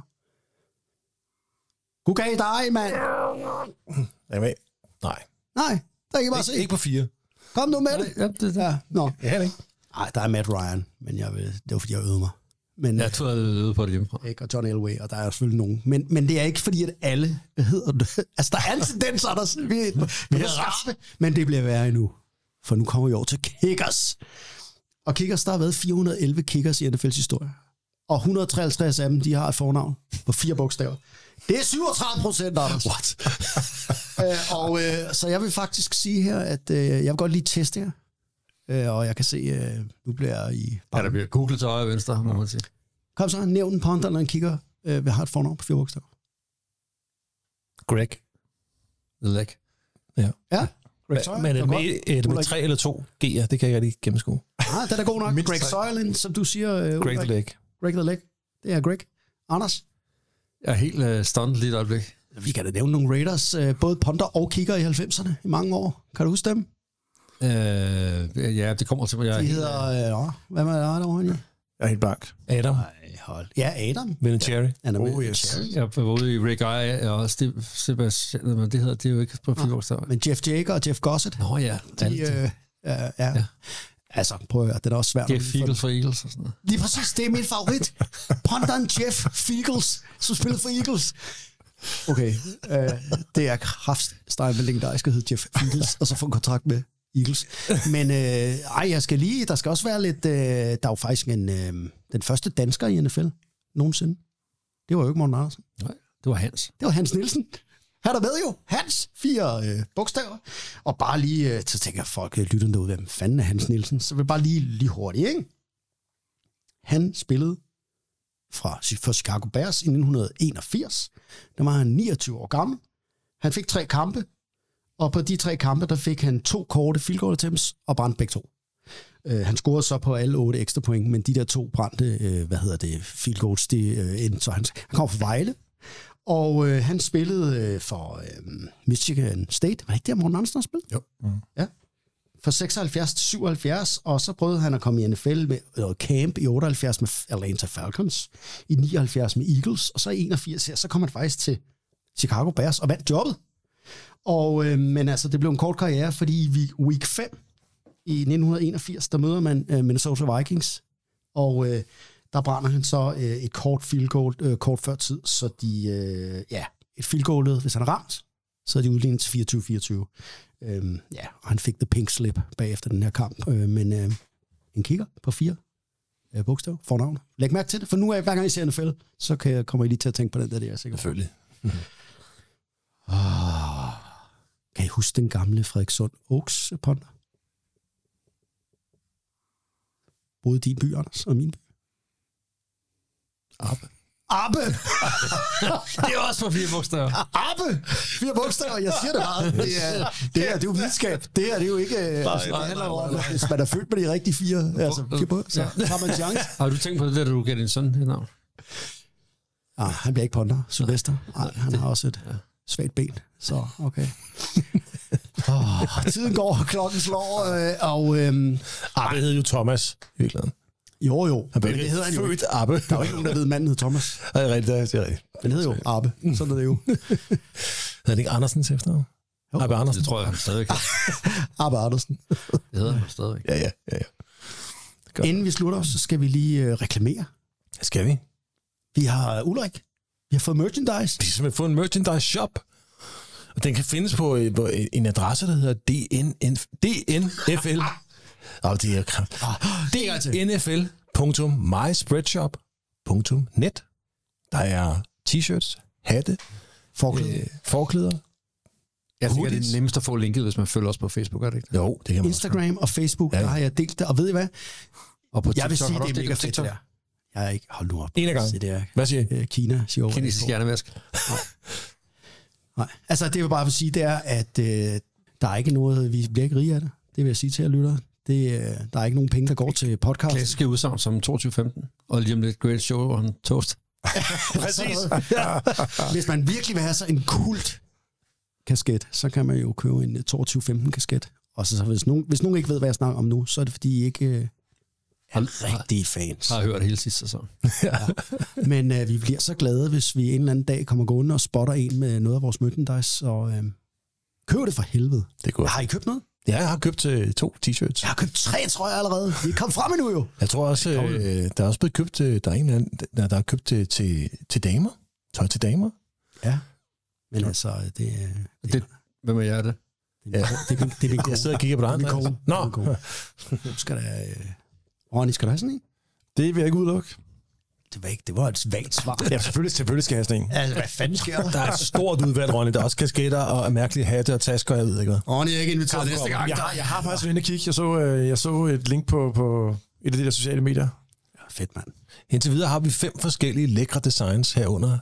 God gav dig, mand! Jamen, nej. Nej, der kan I bare se. Ikke på 4. Kom nu med det. Ja, nå. Ja, ikke. Nej, der er Matt Ryan, men det var fordi, jeg øvede mig. Men, jeg tror, jeg øvede på det hjemmefra. Ikke, og John Elway, og der er selvfølgelig nogen. Men det er ikke fordi, at alle hedder det. Altså, der er en tendens, Anders. Vi er skarpe, men det bliver værre endnu. For nu kommer vi over til kickers. Og kickers, der har været 411 kickers i NFL's historie. Og 153 af dem, de har et fornavn på 4 bogstaver. Det er 37%, Anders. What? Så jeg vil faktisk sige her, at jeg vil godt lige teste her. Og jeg kan se, nu bliver jeg i... Ja, der bliver googlet til højre og venstre, må man sige. Kom så, nævn en punter eller en kicker, vi har et fornavn på 4 bogstaver. Greg. The Leg. Ja. Ja. Greg Soyle. Men det var godt. med 3 eller 2 G'er, det kan jeg ikke gennemskue. Ah, den er god nok. Greg Soyle, som du siger. Greg the Leg. Greg the Leg. Det er Greg. Anders? Jeg er helt stunned lige et øjeblik. Vi kan da nævne nogle Raiders, både punter og kicker i 90'erne i mange år. Kan du huske dem? Ja, det kommer til mig. De hedder... hvad med dig derovre? Jeg er helt blank. Adam. Hold. Ja, Adam. Vinatieri. Yes. Jeg var ude i Rick Eye og Sebastian, men det hedder det er jo ikke på 4 år. Men Jeff Jager og Jeff Gossett. Nå ja. Ja. Altså, prøv at høre, det er også svært. Jeff Fiegels for Eagles og sådan noget. Lige præcis, det er min favorit. Punteren Jeff Fiegels, som spillede for Eagles. Okay, det er kraftstejl med legendarisk, der hedder Jeff Fiegels, og så få en kontrakt med Eagles. Men jeg skal lige, der skal også være lidt, der er jo faktisk den første dansker i NFL nogensinde. Det var jo ikke Morten Andersen. Nej, det var Hans. Det var Hans Nielsen. Han er med jo. Hans, 4 bogstaver. Og bare lige, så tænker jeg, folk lytter derude, hvem fanden er Hans Nielsen? Så vil bare lige hurtigt, ikke? Han spillede for Chicago Bears i 1981. Der var han 29 år gammel. Han fik 3 kampe, og på de 3 kampe, der fik han 2 korte field goal attempts og brændte begge 2. Han scorede så på alle 8 ekstra point, men de der 2 brændte, field goals, det endte så han kom fra Vejle. Og han spillede for Michigan State. Var det ikke der, Morten Andersen spillede? Jo. Ja. Fra 76 til 77, og så prøvede han at komme i NFL med camp i 78 med Atlanta Falcons, i 79 med Eagles, og så i 81 her, så kom han faktisk til Chicago Bears og vandt jobbet. Og, men altså, det blev en kort karriere, fordi i week 5 i 1981, der møder man Minnesota Vikings, og der brænder han så et kort field goal kort før tid, så de, et field goal, hvis han er ramt, så er de udlignet til 24-24. Og han fik the pink slip bagefter den her kamp, men en kigger på 4 bogstaver, fornavn. Læg mærke til det, for nu er jeg hver gang I ser NFL, så kommer I lige til at tænke på den der, det er sikkert. Selvfølgelig. Kan I huske den gamle Frederikssund Oaks ponder? Både din by, Anders, og min by. Abbe. Det er også for 4 bogstaver. Abbe! 4 bogstaver, jeg siger det bare. Det er jo videnskab. Det er jo ikke... det handler om, hvis man er født med de rigtige 4, altså 4 bogstaver, så har man en chance. Har du tænkt på det, da du gav din søn et navn? Han bliver ikke ponder. Sylvester. Nej, han har også et svagt ben. Så, okay. Tiden går, klokken slår, og... Abbe hed jo Thomas, i virkeligheden. Jo. Men det hedder han jo født Abbe. Der er jo ikke nogen, der ved, at manden hed Thomas. Det er rigtigt, det er rigtigt. Den hedder jo Abbe. Sådan er det jo. Hedder det ikke Andersens efternavn? Abbe Andersen. Det tror jeg, han stadigvæk. Abbe Andersen. Det hedder han stadigvæk. Ja. Godt. Inden vi slutter, så skal vi lige reklamere. Skal vi? Vi har Ulrik. Vi har fået merchandise. Vi har simpelthen fået en merchandise shop. Og den kan findes på en adresse, der hedder DNFL. Det er dnfl.myspreadshop.net. Der er t-shirts, hatte, forklæder. Jeg tænker, det er nemmest at få linket, hvis man følger os på Facebook, er det ikke? Jo, det kan man Instagram og Facebook, der har jeg delt det. Og ved I hvad? Og på TikTok, jeg vil sige, det er mega fedt, TikTok? det der. Jeg er ikke... Hold nu op. En af gangen. Det er, hvad siger Kina siger over. Kinesisk hjernevask. Nej. Altså, det vil bare sige, det er, at der er ikke noget... Vi bliver ikke rige af det. Det vil jeg sige til jer lyttere. Der er ikke nogen penge, der går til podcast. Klassiske udsagn som 2215. Og lige om lidt Great Show og en toast. Præcis. Hvis man virkelig vil have så en kult kasket, så kan man jo købe en 2215 kasket. Og så hvis nogen ikke ved, hvad jeg snakker om nu, så er det fordi I ikke er rigtige fans. Har hørt hele sidste sæson. Ja. Men vi bliver så glade, hvis vi en eller anden dag kommer gående og spotter en med noget af vores merchandise. Og køb det for helvede. Det er godt. Har I købt noget? Ja, jeg har købt 2 t-shirts. Jeg har købt 3, tror jeg allerede. Vi er kommet frem endnu jo. Jeg tror også, der er også blevet købt, der er en anden, der er købt til damer. Tøj til damer. Ja. Men altså, hvem er jeg det? Ja. Det er min kone. Jeg sidder og kigger på dig. Nå. Skal der... Ronny, skal der have sådan en? Det vil jeg ikke udelukke. Det var et vagt svar. Ja, selvfølgelig skal jeg have sådan en. Altså, hvad fanden sker der? Der er et stort udvalg, Ronny. Der er også kasketter og mærkelige hatte og tasker, jeg ved ikke hvad. Ronny er ikke inviteret næste gang. Jeg har faktisk været inde og kigge. Jeg så et link på et af de der sociale medier. Ja, fedt, mand. Indtil videre har vi 5 forskellige lækre designs herunder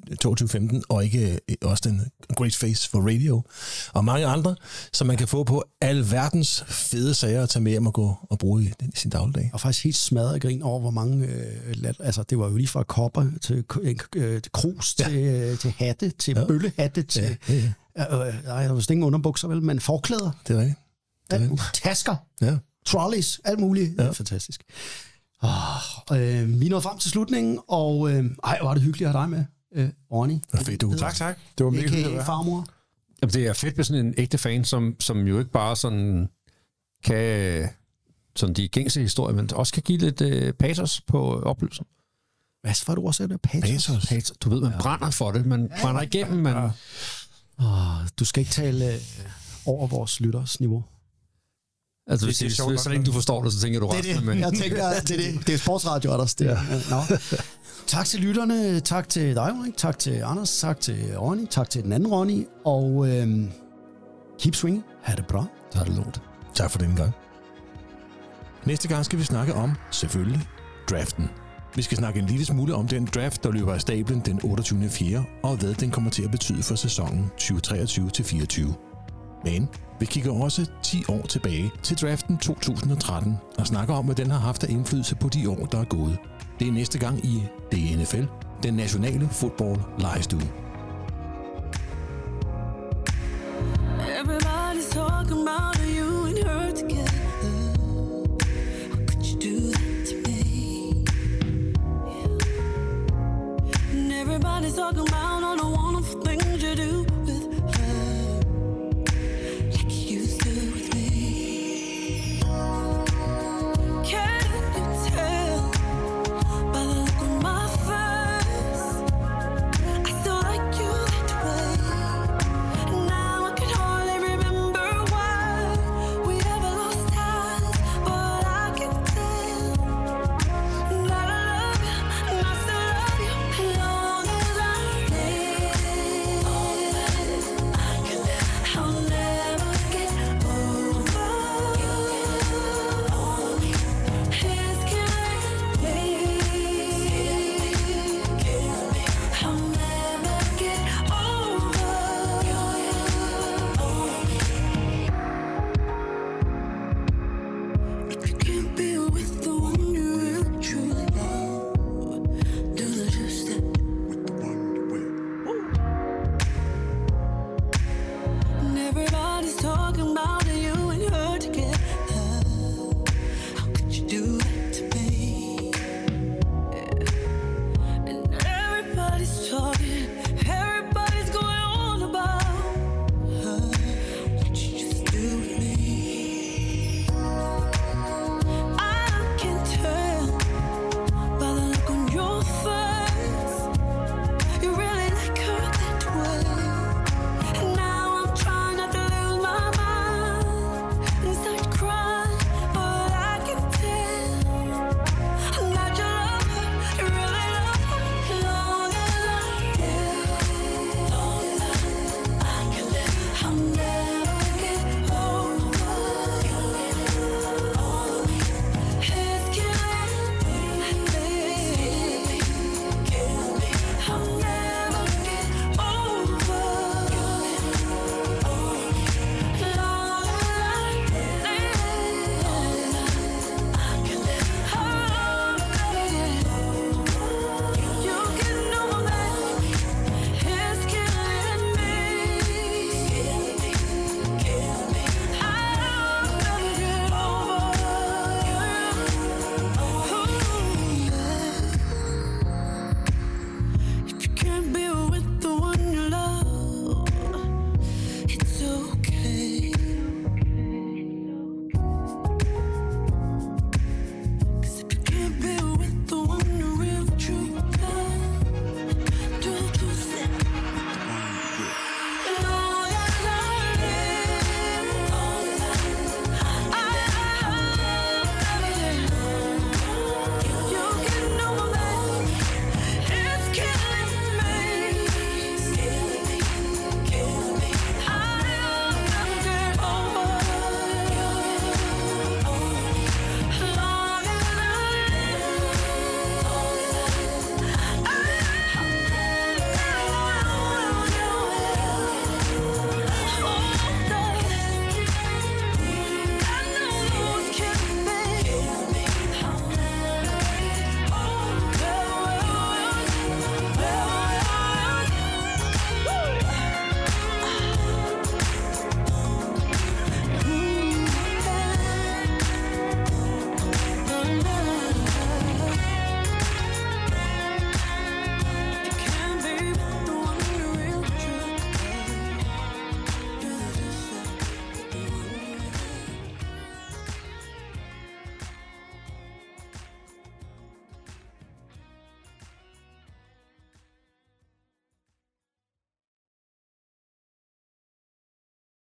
22:15, og ikke også den Great Face for Radio, og mange andre, som man kan få på alverdens fede sager at tage med hjem og gå og bruge i sin dagligdag. Og faktisk helt smadret grin over, hvor mange... altså, det var jo lige fra kopper til krus, til hatte, til bøllehatte, til... Nej, der var vist ingen underbukser, vel, men forklæder. Det er rigtigt. Tasker. Ja. Trolleys, alt muligt. Ja. Fantastisk. Vi nåede frem til slutningen, og var det hyggeligt at have dig med, Ronny. Fedt, du. Tak. Det var mega hyggeligt. Farmor. Jamen, det er fedt med sådan en ægte fan, som jo ikke bare sådan kan sådan de gængse historier, men også kan give lidt patos på oplevelsen. Hvad for et ord sagde du? Patos? Du ved, man brænder for det. Man brænder igennem. Man... Du skal ikke tale over vores lytters niveau. Altså, så længe du forstår det, så tænker du resten med. Jeg tænker, det er sportsradio, Anders. Tak til lytterne, tak til dig, Ronny, tak til Anders, tak til Ronny, tak til den anden Ronny, og keep swinging. Ha' det bra. Så har det lort. Tak for denne gang. Næste gang skal vi snakke om, selvfølgelig, draften. Vi skal snakke en lille smule om den draft, der løber af stablen den 28.4., og hvad den kommer til at betyde for sæsonen 2023-24. Men vi kigger også 10 år tilbage til draften 2013 og snakker om, hvad den har haft af indflydelse på de år, der er gået. Det er næste gang i DNFL, den nationale fodbold legestue.